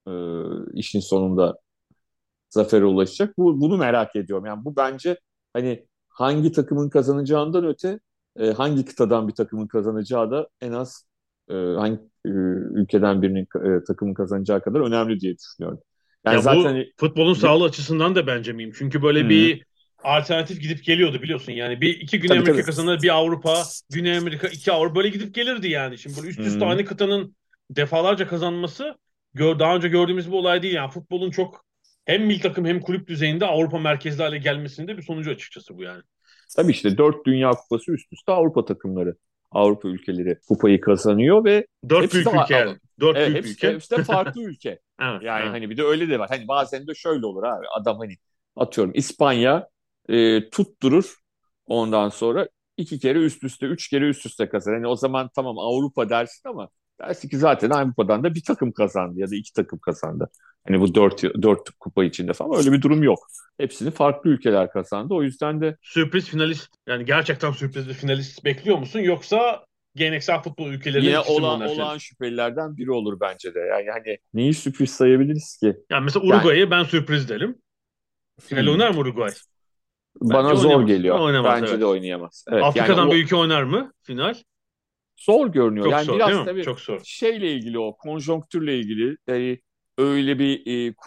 işin sonunda zafere ulaşacak? Bunu merak ediyorum. Yani bu bence hani hangi takımın kazanacağından öte hangi kıtadan bir takımın kazanacağı da en az hangi ülkeden birinin takımın kazanacağı kadar önemli diye düşünüyorum. Yani Ya zaten bu hani, futbolun sağlığı açısından da bence miyim? Çünkü böyle hı, bir alternatif gidip geliyordu biliyorsun. Yani bir iki Güney tabii Amerika tabii. kazanır, bir Avrupa, Güney Amerika, iki Avrupa böyle gidip gelirdi yani. Şimdi böyle üst üste Hı. aynı kıtanın defalarca kazanması daha önce gördüğümüz bir olay değil. Yani futbolun çok hem milli takım hem kulüp düzeyinde Avrupa merkezli hale gelmesinde bir sonucu açıkçası bu yani. Tabii işte 4 Dünya Kupası üst üste Avrupa takımları, Avrupa ülkeleri kupayı kazanıyor ve Dört hepsi de büyük ülke yani. Dört büyük ülke. hepsi de farklı ülke. Evet, Yani evet. hani bir de öyle de var. Hani bazen de şöyle olur abi. Adam hani atıyorum İspanya tutturur ondan sonra 2 kere üst üste, 3 kere üst üste kazanır. Hani o zaman tamam Avrupa dersin ama dersin ki zaten Avrupa'dan da bir takım kazandı ya da 2 takım kazandı. Hani bu dört kupa içinde falan öyle bir durum yok. Hepsini farklı ülkeler kazandı. O yüzden de Sürpriz finalist yani gerçekten sürpriz bir finalist bekliyor musun? Yoksa geleneksel futbol ülkelerinden yine ikisi mi onlar senin? olağan şüphelilerden biri olur bence de. Yani hani neyi sürpriz sayabiliriz ki? Yani mesela Yani Uruguay'ı ben sürpriz derim. Final hmm, oynar mı Uruguay? Bence bana zor oynayamaz. geliyor. Oynamaz Bence de evet. oynayamaz. Evet yani Afrika'dan bir ülke oynar mı final? zor görünüyor. Çok Yani zor değil biraz mi? tabii Çok zor. şeyle ilgili o konjonktürle ilgili öyle bir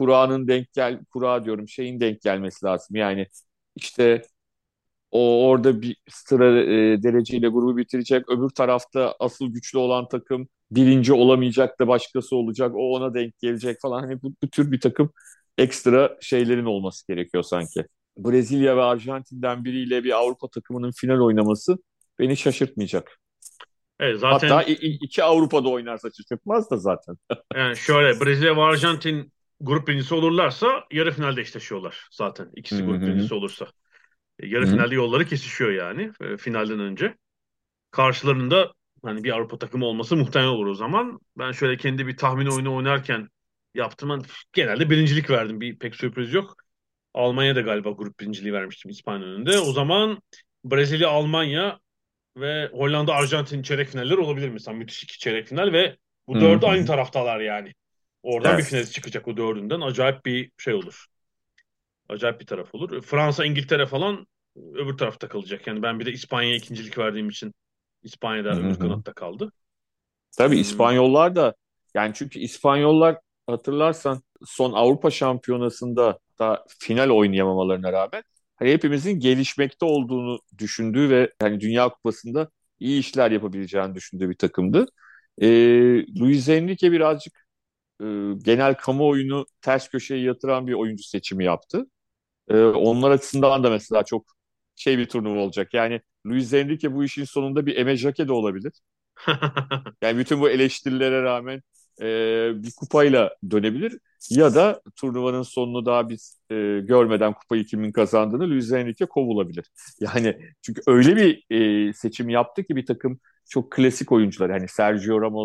kura diyorum şeyin denk gelmesi lazım. Yani işte orada bir sıra dereceyle grubu bitirecek. Öbür tarafta asıl güçlü olan takım birinci olamayacak da başkası olacak. O ona denk gelecek falan. Hani bu tür bir takım ekstra şeylerin olması gerekiyor sanki. Brezilya ve Arjantin'den biriyle bir Avrupa takımının final oynaması beni şaşırtmayacak. Evet Hatta zaten 2 Avrupa'da oynarsa şaşırtmaz da zaten. yani şöyle Brezilya ve Arjantin grup birincisi olurlarsa yarı finalde eşleşiyorlar zaten. Hı İkisi grup hı birincisi olursa. Yarı hı. finalde yolları kesişiyor yani finalden önce. Karşılarında hani bir Avrupa takımı olması muhtemel olur o zaman. Ben şöyle kendi bir tahmin oyunu oynarken yaptım. Ben genelde birincilik verdim. Pek sürpriz yok. Almanya da galiba grup birinciliği vermiştim İspanya önünde. O zaman Brezilya, Almanya ve Hollanda, Arjantin çeyrek finaller olabilir mesela. Müthiş iki çeyrek final ve Hı bu dördü aynı hı. taraftalar yani. Oradan bir Evet. finalist çıkacak o dördünden. Acayip bir şey olur. Acayip bir taraf olur. Fransa, İngiltere falan öbür tarafta kalacak. Yani ben bir de İspanya'ya ikincilik verdiğim için Hı İspanya'da öbür hı. kanatta kaldı. Tabii Hmm. İspanyollar da yani çünkü İspanyollar hatırlarsan son Avrupa Şampiyonası'nda da final oynayamamalarına rağmen hani hepimizin gelişmekte olduğunu düşündüğü ve hani Dünya Kupası'nda iyi işler yapabileceğini düşündüğü bir takımdı. Ee, Luis Enrique birazcık e, genel kamuoyunu ters köşeye yatıran bir oyuncu seçimi yaptı. Onlar açısından da mesela çok şey bir turnuva olacak. Yani Luis Enrique bu işin sonunda bir Eme Jake de olabilir. Yani bütün bu eleştirilere rağmen e, bir kupayla dönebilir. Ya da turnuvanın sonunu daha biz görmeden kupayı kimin kazandığını Luis Enrique kovulabilir. Yani çünkü öyle bir seçim yaptı ki bir takım çok klasik oyuncular. Hani Sergio Ramos,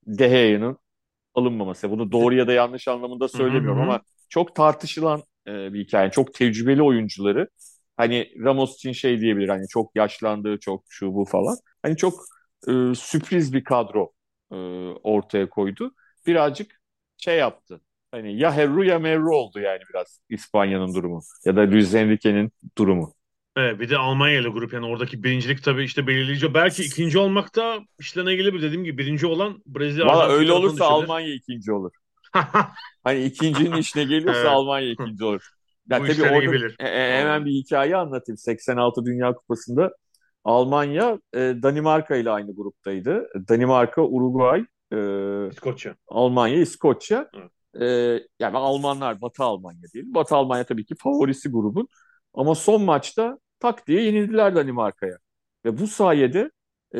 De Gea'nın alınmaması. Bunu doğru ya da yanlış anlamında Hı hı hı. söylemiyorum Hı. ama çok tartışılan bir hikaye. Çok tecrübeli oyuncuları. Hani Ramos için şey diyebilir, hani çok yaşlandığı, çok şu bu falan. Hani çok sürpriz bir kadro e, ortaya koydu. Birazcık şey yaptı. Hani ya Herru ya Merru oldu yani biraz İspanya'nın durumu. Ya da Luis Enrique'nin durumu. Evet, bir de Almanya ile grup, yani oradaki birincilik tabii işte belirleyici. Belki ikinci olmak da işlerine gelebilir. Dediğim gibi birinci olan Brezilya Valla Arjantin öyle tarafına olursa düşebilir. Almanya ikinci olur. Hani ikincinin işine geliyorsa Evet. Almanya ikinci olur. Ya Bu tabii işleri iyi orada bilir. hemen Almanya. bir hikaye anlatayım. 86 Dünya Kupası'nda Almanya Danimarka ile aynı gruptaydı. Danimarka, Uruguay, e, İskoçya. Almanya, İskoçya. Evet. E, Yani Almanlar, Batı Almanya diyelim. Batı Almanya tabii ki favorisi grubun. Ama son maçta tak diye yenildiler Danimarka'ya. Ve bu sayede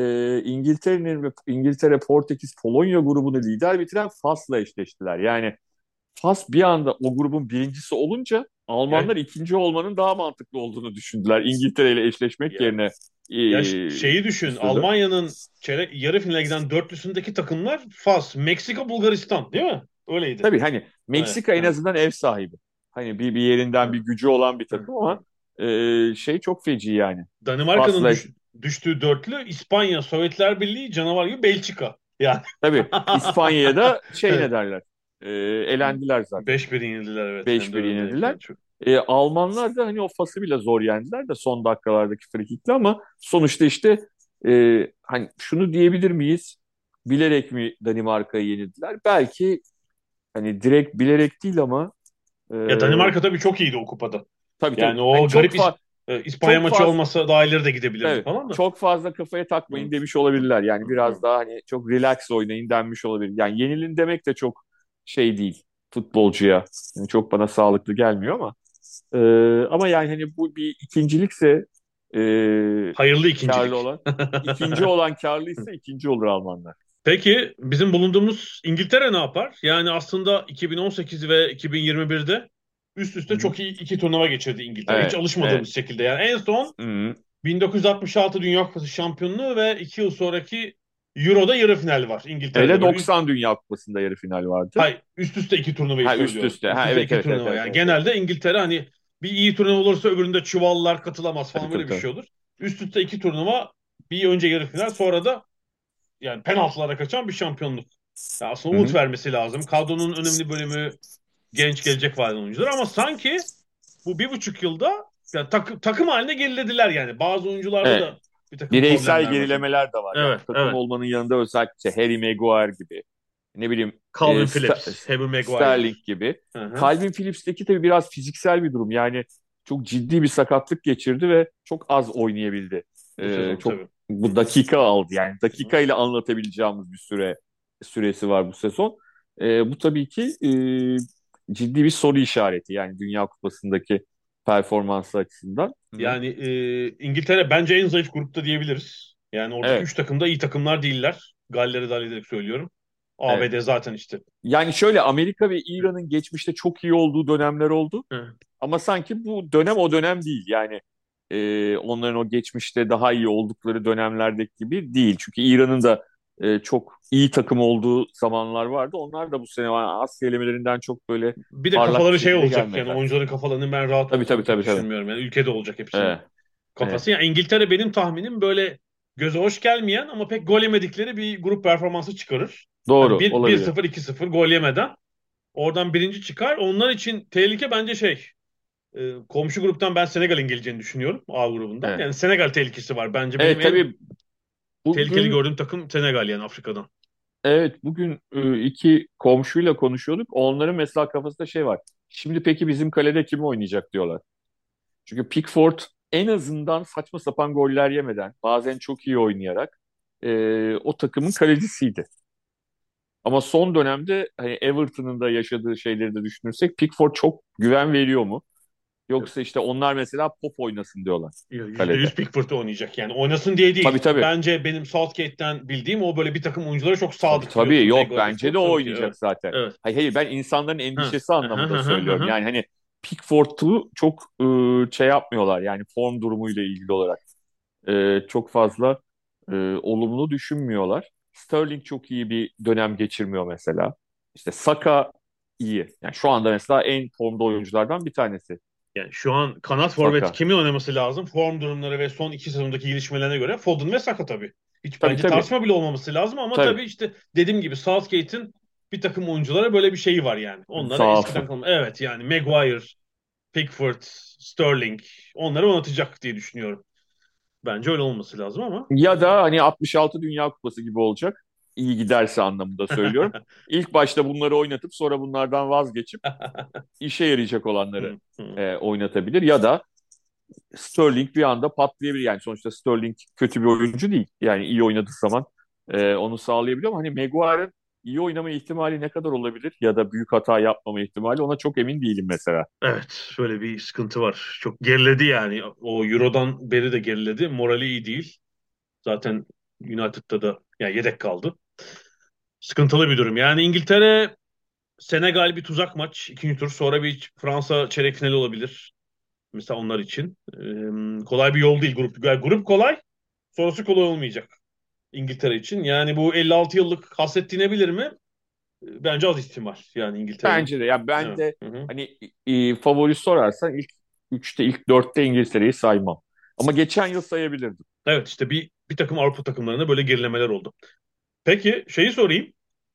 İngiltere, Portekiz, Polonya grubunu lider bitiren Fas'la eşleştiler. Yani Fas bir anda o grubun birincisi olunca Almanlar Yani, ikinci olmanın daha mantıklı olduğunu düşündüler. İngiltere ile eşleşmek ya, yerine şeyi düşün. üstünde. Almanya'nın yarı finale giden dörtlüsündeki takımlar Fas, Meksika, Bulgaristan, değil mi? Öyleydi. Tabii hani Evet. Meksika en Evet. azından ev sahibi. Hani bir yerinden bir Evet. gücü olan bir Evet. takım ama Evet. şey çok feci yani. Danimarka'nın Fas'la düştüğü dörtlü İspanya, Sovyetler Birliği, canavar gibi Belçika. Yani. tabii İspanya'ya da şey ne Evet. derler. Elendiler zaten. 5-1 yenildiler, evet. Hem de 5-1 yenildiler. önündeyken çok. Almanlar da hani o Fas'ı bile zor yendiler de son dakikalardaki frikikle ama sonuçta işte hani şunu diyebilir miyiz? Bilerek mi Danimarka'yı yenildiler? Belki hani direkt bilerek değil ama e, Ya Danimarka tabii çok iyiydi o kupada. tabii tabii. Yani Hani o garip İspanya çok maçı fazla olmasa daha ileri de gidebilirdi evet, falan da. çok fazla kafaya takmayın Hı, demiş olabilirler. Yani hı, biraz hı. daha hani çok relax oynayın denmiş olabilir. Yani yenilin demek de çok şey değil futbolcuya. Yani çok bana sağlıklı gelmiyor ama yani hani bu bir ikincilikse Hayırlı karlı ikincilik. olan, ikinci olan karlıysa ikinci olur Almanlar. Peki bizim bulunduğumuz İngiltere ne yapar? Yani aslında 2018 ve 2021'de üst Hı üste hı. çok iyi iki turnuva geçirdi İngiltere. Hiç Evet, evet. alışmadığımız şekilde. Yani en son Hı hı. 1966 Dünya Kupası şampiyonluğu ve 2 yıl sonraki Euro'da yarı final var İngiltere'de. Hele Böyle 90 Dünya Kupası'nda yarı final vardı. hayır, üst üste iki turnuvayı Ha üst söylüyorum. üste. Üst Ha üste evet iki evet evet turnuva. evet Yani evet. Evet. genelde İngiltere hani bir iyi turnuva olursa öbüründe çuvallar katılamaz Tabii falan, tabii böyle bir tabii. şey olur. Üst üste iki turnuva, bir önce yarı final, sonra da yani penaltılara kaçan bir şampiyonluk. Ya aslında Hı umut hı. vermesi lazım. Kadronun önemli bölümü genç, gelecek vaden oyuncular, ama sanki bu 1,5 yılda yani takım haline gerilediler yani. Bazı oyuncularda Evet. da bir takım Bireysel problemler var sanki. gerilemeler de var. Yani Evet, takım evet. olmanın yanında özellikle Harry Maguire gibi, ne bileyim Calvin Phillips, Harry Maguire. Sterling gibi. Hı hı. Calvin Phillips'teki tabii biraz fiziksel bir durum. Yani çok ciddi bir sakatlık geçirdi ve çok az oynayabildi. Bu sezon Çok tabii. Hı bu hı. dakika aldı. Yani Hı hı. dakika ile anlatabileceğimiz bir süresi var bu sezon. Bu tabii ki ciddi bir soru işareti. Yani Dünya Kupası'ndaki performansı açısından. Hı hı. Yani İngiltere bence en zayıf grupta diyebiliriz. Yani oradaki Evet, 3 takım da iyi takımlar değiller. Galler'i dahil ederek söylüyorum. evet. ABD zaten işte. Yani şöyle Amerika ve İran'ın geçmişte çok iyi olduğu dönemler oldu. Hı. Ama sanki bu dönem o dönem değil. Yani onların o geçmişte daha iyi oldukları dönemlerdeki gibi değil. Çünkü İran'ın da çok iyi takım olduğu zamanlar vardı. Onlar da bu sene Asya elemelerinden çok böyle Bir de parlak bir kafaları şey şekilde olacak, yani gelmediler. oyuncuların kafalarının ben rahat Tabii olduğunu tabii pek tabii tabii. düşünmüyorum. Yani ülkede olacak hepsinin Evet, kafası. evet. Yani İngiltere benim tahminim böyle göze hoş gelmeyen ama pek gol yemedikleri bir grup performansı çıkarır. Hani Doğru bir olabilir. 1-0 2-0 gol yemeden oradan birinci çıkar. Onlar için tehlike bence komşu gruptan ben Senegal'in geleceğini düşünüyorum, A grubundan. Evet. Yani Senegal tehlikesi var. Bence benim Evet en tabii tehlikeli bugün gördüğüm takım Senegal, yani Afrika'dan. bugün iki komşuyla konuşuyorduk. Onların mesela kafasında şey var. Şimdi peki bizim kalede kim oynayacak diyorlar. Çünkü Pickford en azından saçma sapan goller yemeden, bazen çok iyi oynayarak o takımın kalecisiydi. Ama son dönemde hani Everton'ın da yaşadığı şeyleri de düşünürsek Pickford çok güven veriyor mu? Yoksa işte onlar mesela Pop oynasın diyorlar %100 kalede. Pickford oynayacak yani. Oynasın diye Tabii değil. tabii. Bence benim Southgate'den bildiğim o, böyle bir takım oyunculara çok Tabii sadık tabii. biliyorsun. Yok Maguire, bence Pickford de o tabii ki. Evet. oynayacak zaten. Evet. Hayır hayır ben insanların Ha. endişesi Aha, anlamında aha, söylüyorum. aha. Yani hani Pickford'u çok şey yapmıyorlar yani form durumuyla ilgili olarak çok fazla olumlu düşünmüyorlar. Sterling çok iyi bir dönem geçirmiyor mesela. İşte Saka iyi. Yani şu anda mesela en formda oyunculardan bir tanesi Yani şu an kanat forvet Saka. kimin oynaması lazım? Form durumları ve son 2 sezondaki gelişmelerine göre Foden ve Saka tabii. Hiç Tabii bence tabii. tartışma bile olmaması lazım ama Tabii. tabii işte dediğim gibi Southgate'in bir takım oyunculara böyle bir şeyi var yani. Onlara eskiden Zaafı. kalma. Evet yani Maguire, Pickford, Sterling onları oynatacak diye düşünüyorum. Bence öyle olması lazım ama. Ya da hani 66 Dünya Kupası gibi olacak. İyi giderse anlamında söylüyorum. İlk başta bunları oynatıp sonra bunlardan vazgeçip işe yarayacak olanları Hı, hı. oynatabilir. Ya da Sterling bir anda patlayabilir. Yani sonuçta Sterling kötü bir oyuncu değil. Yani iyi oynadığı zaman onu sağlayabiliyor ama hani Maguire'ın iyi oynama ihtimali ne kadar olabilir? Ya da büyük hata yapmama ihtimali ona çok emin değilim mesela. Evet, şöyle bir sıkıntı var. Çok geriledi yani. O Euro'dan beri de geriledi. Morali iyi değil. Zaten United'da da yani yedek kaldı. Sıkıntılı bir durum. Yani İngiltere Senegal bir tuzak maç. İkinci tur. Sonra bir Fransa çeyrek finali olabilir. Mesela onlar için. Kolay bir yol değil grup. Yani grup kolay. Sonrası kolay olmayacak İngiltere için. Yani bu 56 yıllık hasret dinebilir mi? Bence az ihtimal. Yani İngiltere'nin. Bence de. Yani ben Evet. de Hı hı. hani favori sorarsan ilk üçte ilk dörtte İngiltere'yi saymam. Ama geçen yıl sayabilirdim. Evet işte bir takım Avrupa takımlarında böyle gerilemeler oldu. Peki şeyi sorayım.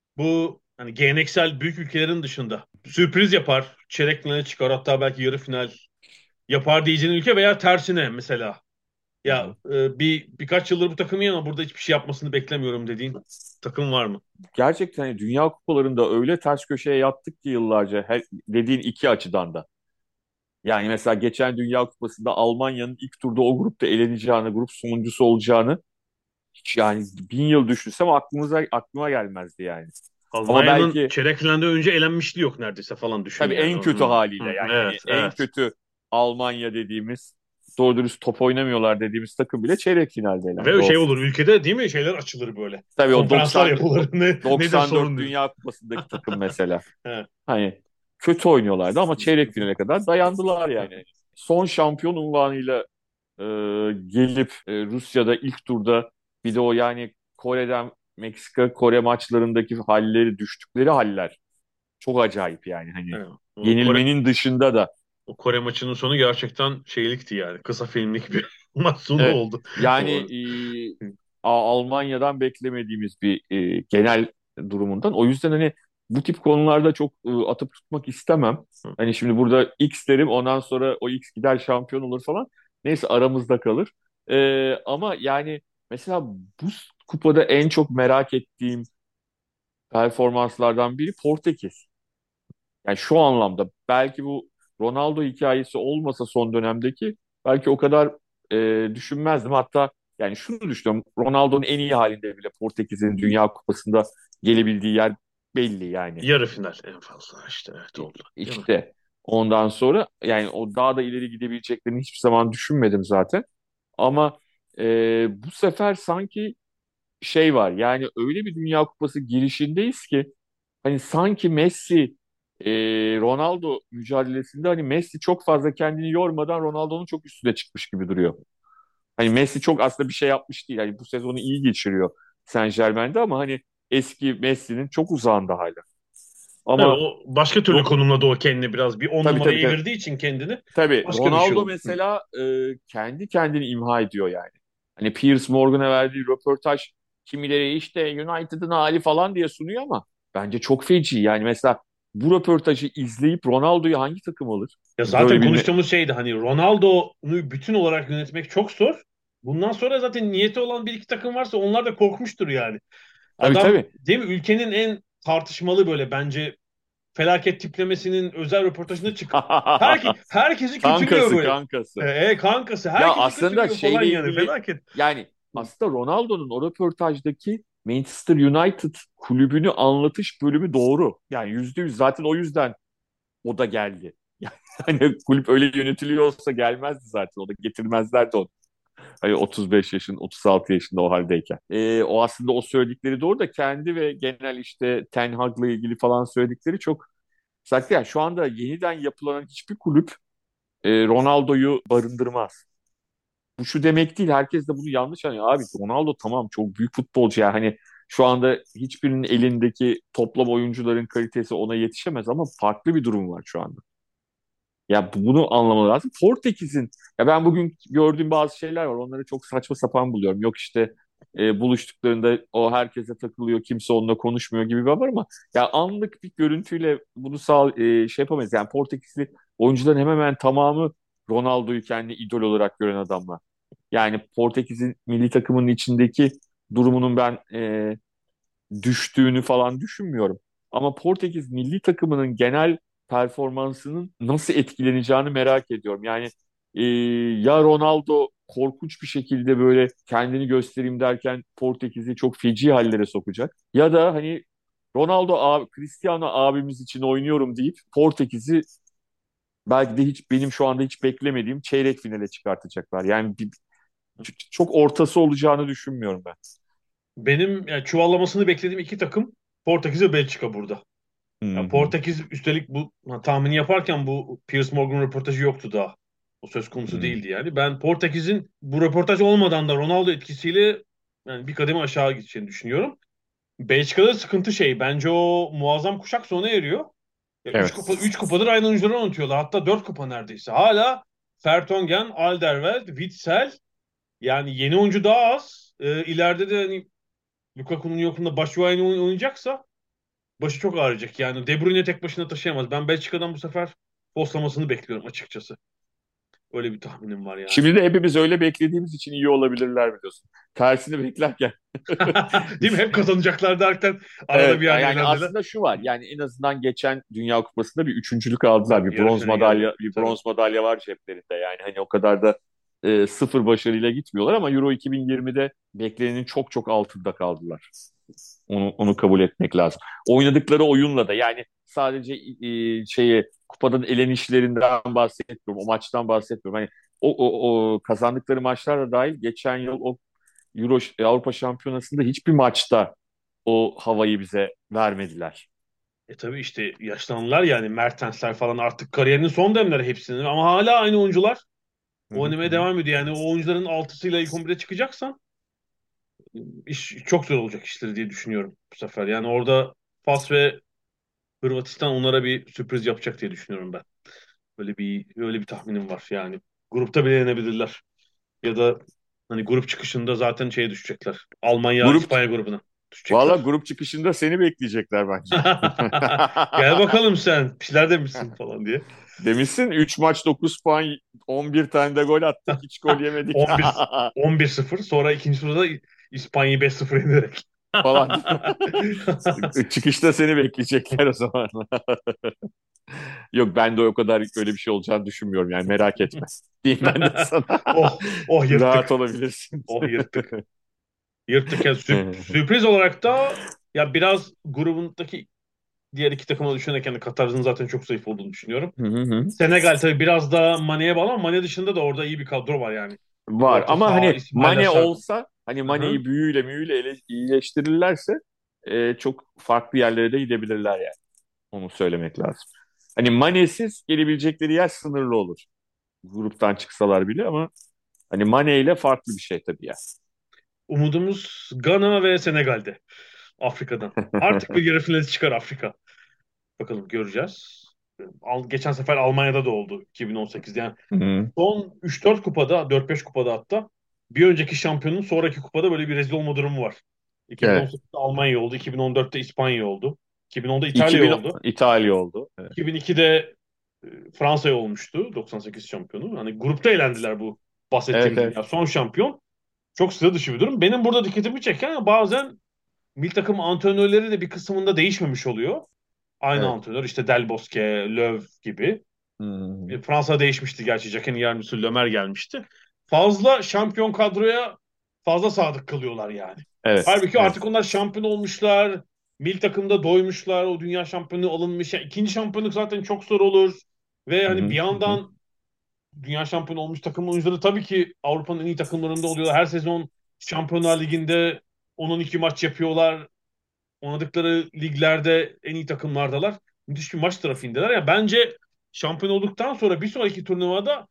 Bu hani geleneksel büyük ülkelerin dışında sürpriz yapar, çeyrek finale çıkar hatta belki yarı final yapar diyeceğin ülke veya tersine mesela. Hı hı. Ya birkaç yıldır bu takımın ama burada hiçbir şey yapmasını beklemiyorum dediğin takım var mı? Gerçekten hani Dünya Kupalarında öyle ters köşeye yattık ki yıllarca her, dediğin iki açıdan da. Yani mesela geçen Dünya Kupası'nda Almanya'nın ilk turda o grupta eleneceğini, grup sonuncusu olacağını hiç yani 1000 yıl düşünsem aklıma gelmezdi yani. Ama Almanya'nın belki çeyrek finalde önce elenmişliği yok neredeyse falan düşün tabii yani. en kötü haliyle yani hani Evet, en evet. kötü Almanya dediğimiz doğru dürüst top oynamıyorlar dediğimiz takım bile çeyrek finalde elendi Ve şey olsun. olur ülkede değil mi şeyler açılır böyle. Tabii o Konferanslar 90 yapılır. Nedir 94 sorun diye. Dünya Kupası'ndaki takım mesela. Evet. Hani kötü oynuyorlardı ama çeyrek finale kadar dayandılar yani. Son şampiyon unvanıyla e, gelip Rusya'da ilk turda bir de o yani Kore'den Meksika Kore maçlarındaki halleri düştükleri haller çok acayip yani hani Evet. yenilmenin dışında da O Kore maçının sonu gerçekten şeylikti yani. Kısa filmlik bir maç sonu evet, oldu. yani O, Almanya'dan beklemediğimiz bir genel durumundan o yüzden hani bu tip konularda çok atıp tutmak istemem. Hani şimdi burada X derim ondan sonra o X gider şampiyon olur falan. Neyse aramızda kalır. Ama yani mesela bu kupada en çok merak ettiğim performanslardan biri Portekiz. Yani şu anlamda belki bu Ronaldo hikayesi olmasa son dönemdeki belki o kadar düşünmezdim. Hatta yani şunu düşünüyorum. Ronaldo'nun en iyi halinde bile Portekiz'in Dünya Kupası'nda gelebildiği yer belli yani. yarı final en fazla işte evet oldu. Değil mi? İşte ondan sonra yani o daha da ileri gidebileceklerini hiçbir zaman düşünmedim zaten. Ama bu sefer sanki şey var yani öyle bir Dünya Kupası girişindeyiz ki hani sanki Messi Ronaldo mücadelesinde hani Messi çok fazla kendini yormadan Ronaldo'nun çok üstüne çıkmış gibi duruyor. Hani Messi çok aslında bir şey yapmış değil. Hani bu sezonu iyi geçiriyor Saint-Germain'de ama hani eski Messi'nin çok uzağında hala. Tabii Ama o başka türlü Ro- konumladı o kendini biraz. Bir 10 tabii numaraya tabii tabii. evirdiği için kendini Tabii başka bir şey Ronaldo oldu. Hı. mesela kendi kendini imha ediyor yani. Hani Piers Morgan'a verdiği röportaj kimileri işte United'ın hali falan diye sunuyor ama bence çok feci. Yani mesela bu röportajı izleyip Ronaldo'yu hangi takım alır? Ya Hani zaten böyle bir konuştuğumuz şeydi hani Ronaldo'nu bütün olarak yönetmek çok zor. Bundan sonra zaten niyeti olan bir iki takım varsa onlar da korkmuştur yani. tabii Adam tabii. değil mi ülkenin en tartışmalı böyle bence felaket tiplemesinin özel röportajına çıkıp herkesi kötülüyor Kankası böyle. kankası. Kankası Ya herkesi aslında kötülüyor falan şeyle yani ilgili felaket. yani Hı. aslında Ronaldo'nun o röportajdaki Manchester United kulübünü anlatış bölümü doğru. Yani %100 zaten o yüzden o da geldi. Yani kulüp öyle yönetiliyor olsa gelmezdi zaten. O da getirmezlerdi onu. Hani 35 yaşın, 36 yaşında o haldeyken. O aslında o söyledikleri doğru da kendi ve genel işte Ten Hag'la ilgili falan söyledikleri çok saklı. Yani şu anda yeniden yapılan hiçbir kulüp Ronaldo'yu barındırmaz. Bu şu demek değil. Herkes de bunu yanlış anlıyor. Abi Ronaldo tamam çok büyük futbolcu ya. Hani Şu anda hiçbirinin elindeki toplam oyuncuların kalitesi ona yetişemez ama farklı bir durum var şu anda. Ya bunu anlamalı lazım. Portekiz'in, ya ben bugün gördüğüm bazı şeyler var. Onları çok saçma sapan buluyorum. Yok işte buluştuklarında o herkese takılıyor, kimse onunla konuşmuyor gibi bir var ama ya anlık bir görüntüyle bunu şey yapamayız. Yani Portekizli oyuncuların hemen hemen tamamı Ronaldo'yu kendi idol olarak gören adamlar. Yani Portekiz'in milli takımının içindeki durumunun ben düştüğünü falan düşünmüyorum. Ama Portekiz milli takımının genel performansının nasıl etkileneceğini merak ediyorum. Yani e, ya Ronaldo korkunç bir şekilde böyle kendini göstereyim derken Portekiz'i çok feci hallere sokacak. Ya da hani Ronaldo abi, Cristiano abimiz için oynuyorum deyip Portekiz'i belki de hiç benim şu anda hiç beklemediğim çeyrek finale çıkartacaklar. Yani çok ortası olacağını düşünmüyorum ben. Benim yani çuvallamasını beklediğim iki takım Portekiz ve Belçika burada. Hı Ya hı. Portekiz üstelik bu tahmini yaparken bu Piers Morgan röportajı yoktu daha. O söz konusu Hı. değildi yani. Ben Portekiz'in bu röportaj olmadan da Ronaldo etkisiyle yani bir kademe aşağı gideceğini düşünüyorum. Belçika'da sıkıntı şey. Bence o muazzam kuşak sona eriyor. Ya Evet. 3 kupadır aynı oyuncuları unutuyorlar. Hatta 4 kupa neredeyse. Hala Vertonghen, Alderweireld, Witsel, yani yeni oyuncu daha az. İleride de hani Lukaku'nun yokluğunda Batshuayi oynayacaksa başı çok ağrıyacak. Yani De Bruyne tek başına taşıyamaz. Ben Belçika'dan bu sefer poslamasını bekliyorum açıkçası. Öyle bir tahminim var yani. Şimdi de hepimiz öyle beklediğimiz için iyi olabilirler biliyorsun. Tersini beklerken. Değil mi? Hep kazanacaklar derken arada Evet bir an yani eğlendiler. aslında şu var yani en azından geçen Dünya Kupası'nda bir üçüncülük aldılar. Tabii Bir yarı bronz finale geldiler. madalya, bir Tabii. bronz madalya var ceplerinde. Yani hani o kadar da sıfır başarıyla gitmiyorlar ama Euro 2020'de beklenenin çok çok altında kaldılar. Onu kabul etmek lazım. Oynadıkları oyunla da yani sadece kupadan elenişlerinden bahsetmiyorum. O maçtan bahsetmiyorum. Hani o kazandıkları maçlar da dahil geçen yıl o Avrupa Şampiyonası'nda hiçbir maçta o havayı bize vermediler. Tabii işte yaşlandılar yani Mertensler falan artık kariyerinin son demleri hepsinin ama hala aynı oyuncular Hı hı oynamaya hı. devam ediyor. Yani o oyuncuların altısıyla ilk 11'e çıkacaksan iş çok zor olacak işleri diye düşünüyorum bu sefer. Yani orada Fas ve Hırvatistan onlara bir sürpriz yapacak diye düşünüyorum ben. Öyle bir tahminim var yani. Grupta bile yenebilirler. Ya da hani grup çıkışında zaten şeye düşecekler. Almanya Grup İspanya grubuna Valla düşecekler. grup çıkışında seni bekleyecekler bence. Gel bakalım sen. Bir şeyler demişsin falan diye. Demişsin 3 maç 9 puan 11 tane de gol attık hiç gol yemedik 11 11-0 sonra ikinci turda İspanya'yı 5-0 yenerek. falan. Çıkışta seni bekleyecekler o zaman. Yok ben de o kadar öyle bir şey olacağını düşünmüyorum yani merak etme. Diyeyim ben de sana. Oh, oh Rahat yırttık. olabilirsin. Oh yırttık. Yırttık ya sürpriz olarak da ya biraz grubundaki diğer iki takıma düşünerken de Katar'ın zaten çok zayıf olduğunu düşünüyorum. Hı hı. Senegal tabii biraz da Mane'ye bağlı ama Mane dışında da orada iyi bir kadro var yani. Var Orta ama saha hani İsmail Mane Assar. olsa hani Aha. Mane'yi büyüyle müyüyle iyileştirirlerse çok farklı yerlere de gidebilirler yani. Onu söylemek lazım. Hani Mane'siz gelebilecekleri yer sınırlı olur. Gruptan çıksalar bile ama hani Mane ile farklı bir şey tabii ya. Umudumuz Gana ve Senegal'de. Afrika'dan. Artık bir yarı finalist çıkar Afrika. Bakalım göreceğiz. Geçen sefer Almanya'da da oldu 2018'de. Yani Hı. son 3-4 kupada, 4-5 kupada hatta bir önceki şampiyonun sonraki kupada böyle bir rezil olma durumu var. Evet. 2018'de Almanya oldu, 2014'te İspanya oldu, 2010'da İtalya 2000 oldu, İtalya oldu. Evet. 2002'de Fransa'ya olmuştu 98 şampiyonu. Hani grupta elendiler bu Evet, bahsettiğimiz evet. dünya. Son şampiyon. Çok sıra dışı bir durum. Benim burada dikkatimi çeken bazen milli takım antrenörleri de bir kısmında değişmemiş oluyor. Aynı Evet. antrenör işte Del Bosque, Löw gibi. Hı. Fransa değişmişti gerçi. Jacquet'in yardımcısı Lömer gelmişti. Fazla şampiyon kadroya fazla sadık kalıyorlar yani. Evet. Halbuki Evet. artık onlar şampiyon olmuşlar. Milli takımda doymuşlar. O dünya şampiyonluğu alınmış. Yani ikinci şampiyonluk zaten çok zor olur. Ve Hı hani bir hı. Hı hı. yandan dünya şampiyonu olmuş takım oyuncuları tabii ki Avrupa'nın en iyi takımlarında oluyorlar. Her sezon Şampiyonlar Ligi'nde 10-12 maç yapıyorlar. Oynadıkları liglerde en iyi takımlardalar. Müthiş bir maç trafiğindeler. Ya bence şampiyon olduktan sonra bir sonraki turnuvada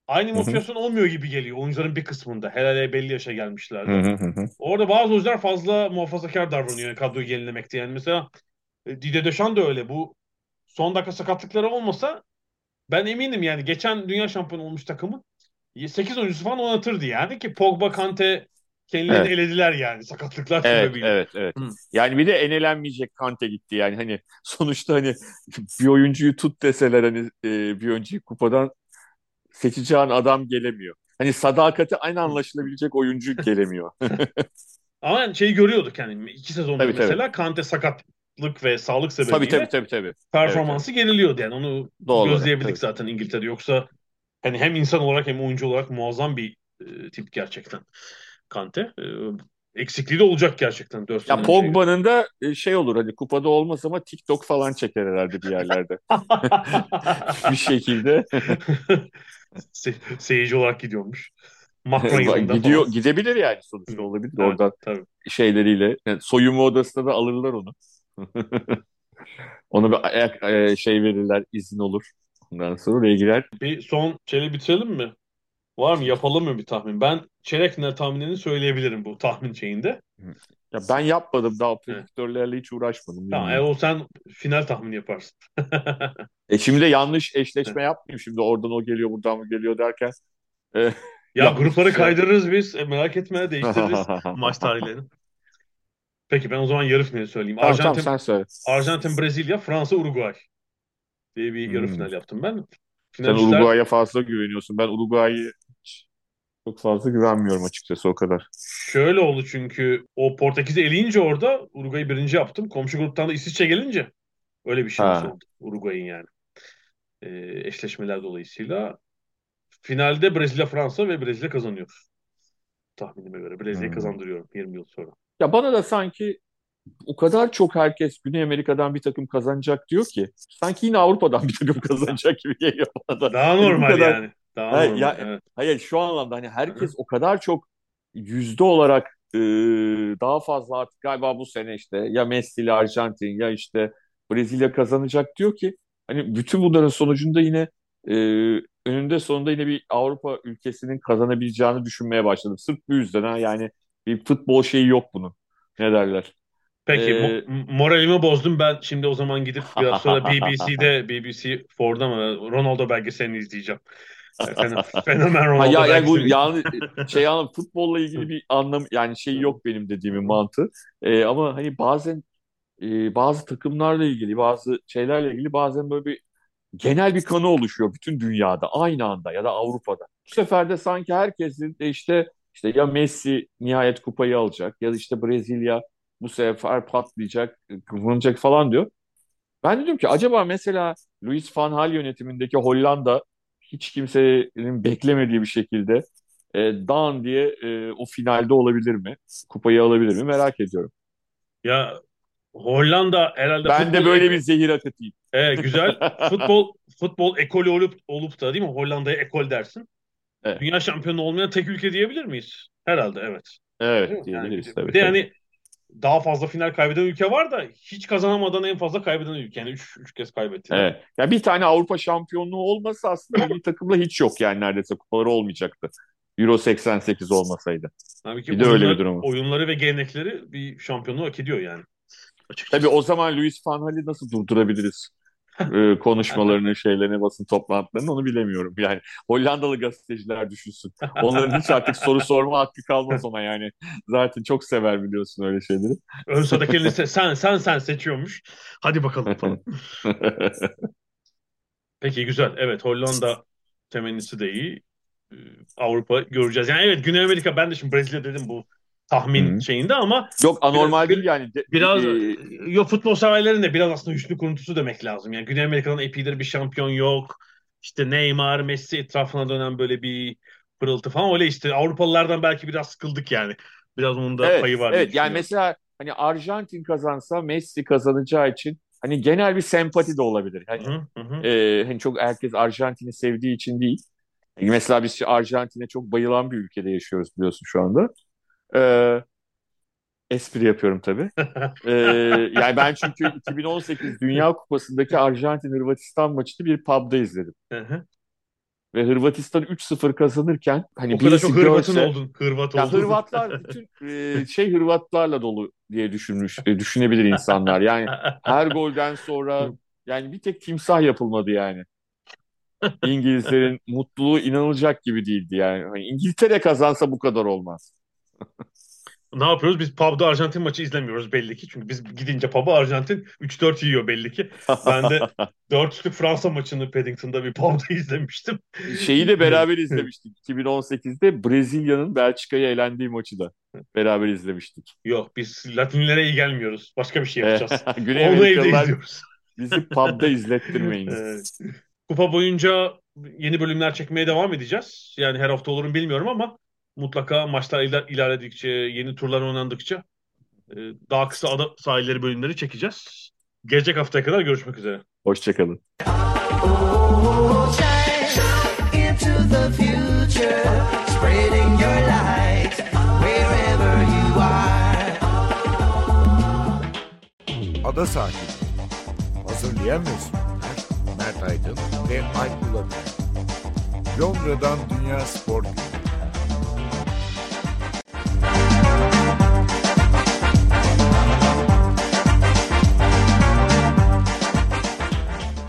aynı Hı hı. motivasyon olmuyor gibi geliyor oyuncuların bir kısmında. Hele belli yaşa Hı gelmişlerde. hı hı hı. Orada bazı oyuncular fazla muhafazakar davranıyor yani kadroyu yenilemekte. Yani mesela Didier Deschamps da öyle. Bu son dakika sakatlıkları olmasa ben eminim yani geçen dünya şampiyonu olmuş takımın 8 oyuncusu falan oynatırdı yani ki Pogba, Kante kendilerini Evet. elediler yani sakatlıklar Evet, sebebiyle. evet, evet. Hı. Yani bir de en elenmeyecek Kante gitti yani hani sonuçta hani bir oyuncuyu tut deseler hani bir önceki kupadan seçeceğin adam gelemiyor. Hani sadakati aynı Hı. anlaşılabilecek oyuncu gelemiyor. Ama yani şeyi görüyorduk yani 2 sezondur Tabii tabii. mesela Kante sakatlık ve sağlık Tabii tabii sebebiyle tabii tabii. Evet evet. performansı geriliyordu yani onu Doğal olarak gözleyebildik tabii. zaten İngiltere'de yoksa hani hem insan olarak hem oyuncu olarak muazzam bir tip gerçekten Kante. Eksikliği de olacak gerçekten 4 Ya sene önceye göre. Pogba'nın da şey olur hani kupada olmaz ama TikTok falan çeker herhalde bir yerlerde. Bir şekilde Seyirci olarak gidiyormuş. Macron yılında gidiyor falan. gidebilir yani sonuçta Hı. olabilir Evet, oradan tabii. şeyleriyle. Yani soyunma odasında da alırlar onu. Ona bir şey verirler, izin olur. Ondan sonra oraya girer. Bir son şeyle bitirelim mi? Var mı? Yapalım mı bir tahmin? Ben çeyrek final tahminini söyleyebilirim bu tahmin şeyinde. Ya ben yapmadım daha Evet. prediktörlerle hiç uğraşmadım Tamam, bilmiyorum. o sen final tahmini yaparsın. Şimdi de yanlış eşleşme yapmayayım şimdi oradan o geliyor buradan mı geliyor derken e, Ya yanlış bir grupları şey yap. kaydırırız biz. Merak etme, değiştiririz maç tarihlerini. Peki ben o zaman yarı finali söyleyeyim. Tamam tamam sen söyle. Arjantin, Brezilya, Fransa, Uruguay diye bir yarı Hmm. final yaptım ben. Sen Finalistler Uruguay'a fazla güveniyorsun. Ben Uruguay'a çok fazla güvenmiyorum açıkçası o kadar. şöyle oldu çünkü o Portekiz'i eleyince orada Uruguay'ı birinci yaptım. Komşu gruptan da İsviçre gelince öyle bir şans Ha. oldu Uruguay'ın yani. Eşleşmeler dolayısıyla. Finalde Brezilya, Fransa ve Brezilya kazanıyor. Tahminime göre. Brezilya'yı Hmm. kazandırıyorum 20 yıl sonra. Ya bana da sanki o kadar çok herkes Güney Amerika'dan bir takım kazanacak diyor ki sanki yine Avrupa'dan bir takım kazanacak gibi geliyor bana da. Daha Hani bu normal kadar yani. Daha normal. Evet. hayır şu anlamda hani herkes Hı-hı. o kadar çok yüzde olarak daha fazla artık galiba bu sene işte ya Messi ile Arjantin ya işte Brezilya kazanacak diyor ki hani bütün bunların sonucunda yine e, önünde sonunda yine bir Avrupa ülkesinin kazanabileceğini düşünmeye başladım. Sırf bu yüzden ha yani bir futbol şeyi yok bunun. Ne derler? Peki E, moralimi bozdum. Ben şimdi o zaman gidip biraz sonra BBC 4'da mı Ronaldo belgeselini izleyeceğim. Fenomen Ha Ronaldo ya bu belgeselini. yani şey yani futbolla ilgili bir anlam yani şey yok benim dediğimin mantığı. Ama hani bazen bazı takımlarla ilgili bazı şeylerle ilgili bazen böyle bir genel bir kanı oluşuyor bütün dünyada aynı anda ya da Avrupa'da. Bu sefer de sanki herkesin de işte ya Messi nihayet kupayı alacak ya da işte Brezilya bu sefer patlayacak, kazanacak falan diyor. Ben de diyorum ki acaba mesela Louis van Gaal yönetimindeki Hollanda hiç kimsenin beklemediği bir şekilde Dan diye o finalde olabilir mi? Kupayı alabilir mi? Merak ediyorum. Ya Hollanda herhalde Ben de böyle bir zehir akıtayım. güzel futbol ekolü olup da değil mi? Hollanda'ya ekol dersin. Evet, Dünya şampiyonu olmayan tek ülke diyebilir miyiz? Herhalde evet. Değil evet mi? Yani diyebiliriz bir tabii de tabii. yani daha fazla final kaybeden ülke var da hiç kazanamadan en fazla kaybeden ülke. Yani üç kez kaybettiler. Evet. Ya bir tane Avrupa şampiyonluğu olmasa aslında milli takımda hiç yok yani neredeyse kupaları olmayacaktı. Euro 88 olmasaydı. Tabii ki Bir de öyle bir durum var. oyunları ve gelenekleri bir şampiyonluğu hak ediyor yani Tabii açıkçası. o zaman Louis van Gaal'i nasıl durdurabiliriz? Konuşmalarını, şeylerini, basın toplantılarını onu bilemiyorum. Yani Hollandalı gazeteciler düşünsün. Onların hiç artık soru sorma hakkı kalmaz ona yani. Zaten çok sever biliyorsun öyle şeyleri. Ön sıradaki sen seçiyormuş. Hadi bakalım falan. Peki güzel. Evet Hollanda temennisi de iyi. Ee, Avrupa göreceğiz. Yani evet Güney Amerika ben de şimdi Brezilya dedim bu tahmin Hı. şeyinde ama Yok bir, anormal değil bir- yani. biraz yok futbol severlerin de biraz aslında hüsnü kuruntusu demek lazım. Yani Güney Amerika'dan epeydir bir şampiyon yok. İşte Neymar, Messi etrafına dönen böyle bir pırıltı falan. Öyle işte Avrupalılardan belki biraz sıkıldık yani. Biraz onun da Evet, payı var diye evet yani düşünüyorum. mesela hani Arjantin kazansa Messi kazanacağı için hani genel bir sempati de olabilir. Hı Hani hı, hı hı. hani çok herkes Arjantin'i sevdiği için değil. Yani mesela biz Arjantin'e çok bayılan bir ülkede yaşıyoruz biliyorsun şu anda. E, espri yapıyorum tabii. Ee, yani ben çünkü 2018 Dünya Kupası'ndaki Arjantin-Hırvatistan maçını bir pub'da izledim. Hı hı. ve Hırvatistan 3-0 kazanırken hani O kadar birisi çok Hırvat'ın görse oldun. Hırvat ya oldun. Hırvatlar bütün Hırvatlarla dolu diye düşünebilir insanlar. Yani her golden sonra yani bir tek timsah yapılmadı yani. İngilizlerin mutluluğu inanılacak gibi değildi yani. Hani İngiltere kazansa bu kadar olmaz. Ne yapıyoruz? Biz pub'da Arjantin maçı izlemiyoruz belli ki. Çünkü biz gidince pub'a Arjantin 3-4 yiyor belli ki. Ben de 4-3'lük Fransa maçını Paddington'da bir pub'da izlemiştim. Şeyi de beraber izlemiştik. 2018'de Brezilya'nın Belçika'ya elendiği maçı da beraber izlemiştik. Yok, biz Latinlere iyi gelmiyoruz. Başka bir şey yapacağız. Güney Onu evde Amerikalılar izliyoruz. bizi pub'da izlettirmeyiniz. Evet. Kupa boyunca yeni bölümler çekmeye devam edeceğiz. Yani her hafta olur mu bilmiyorum ama mutlaka maçlar ilerledikçe, yeni turlar oynandıkça daha kısa ada sahilleri bölümleri çekeceğiz. Gelecek haftaya kadar görüşmek üzere. Hoşçakalın. Oh, shine into the future, spreading your light wherever you are. Ada Sahili. Hazırlayan ve sunanlar Mert Aydın ve Alp Ulagay. Londra'dan Dünya Spor Günü.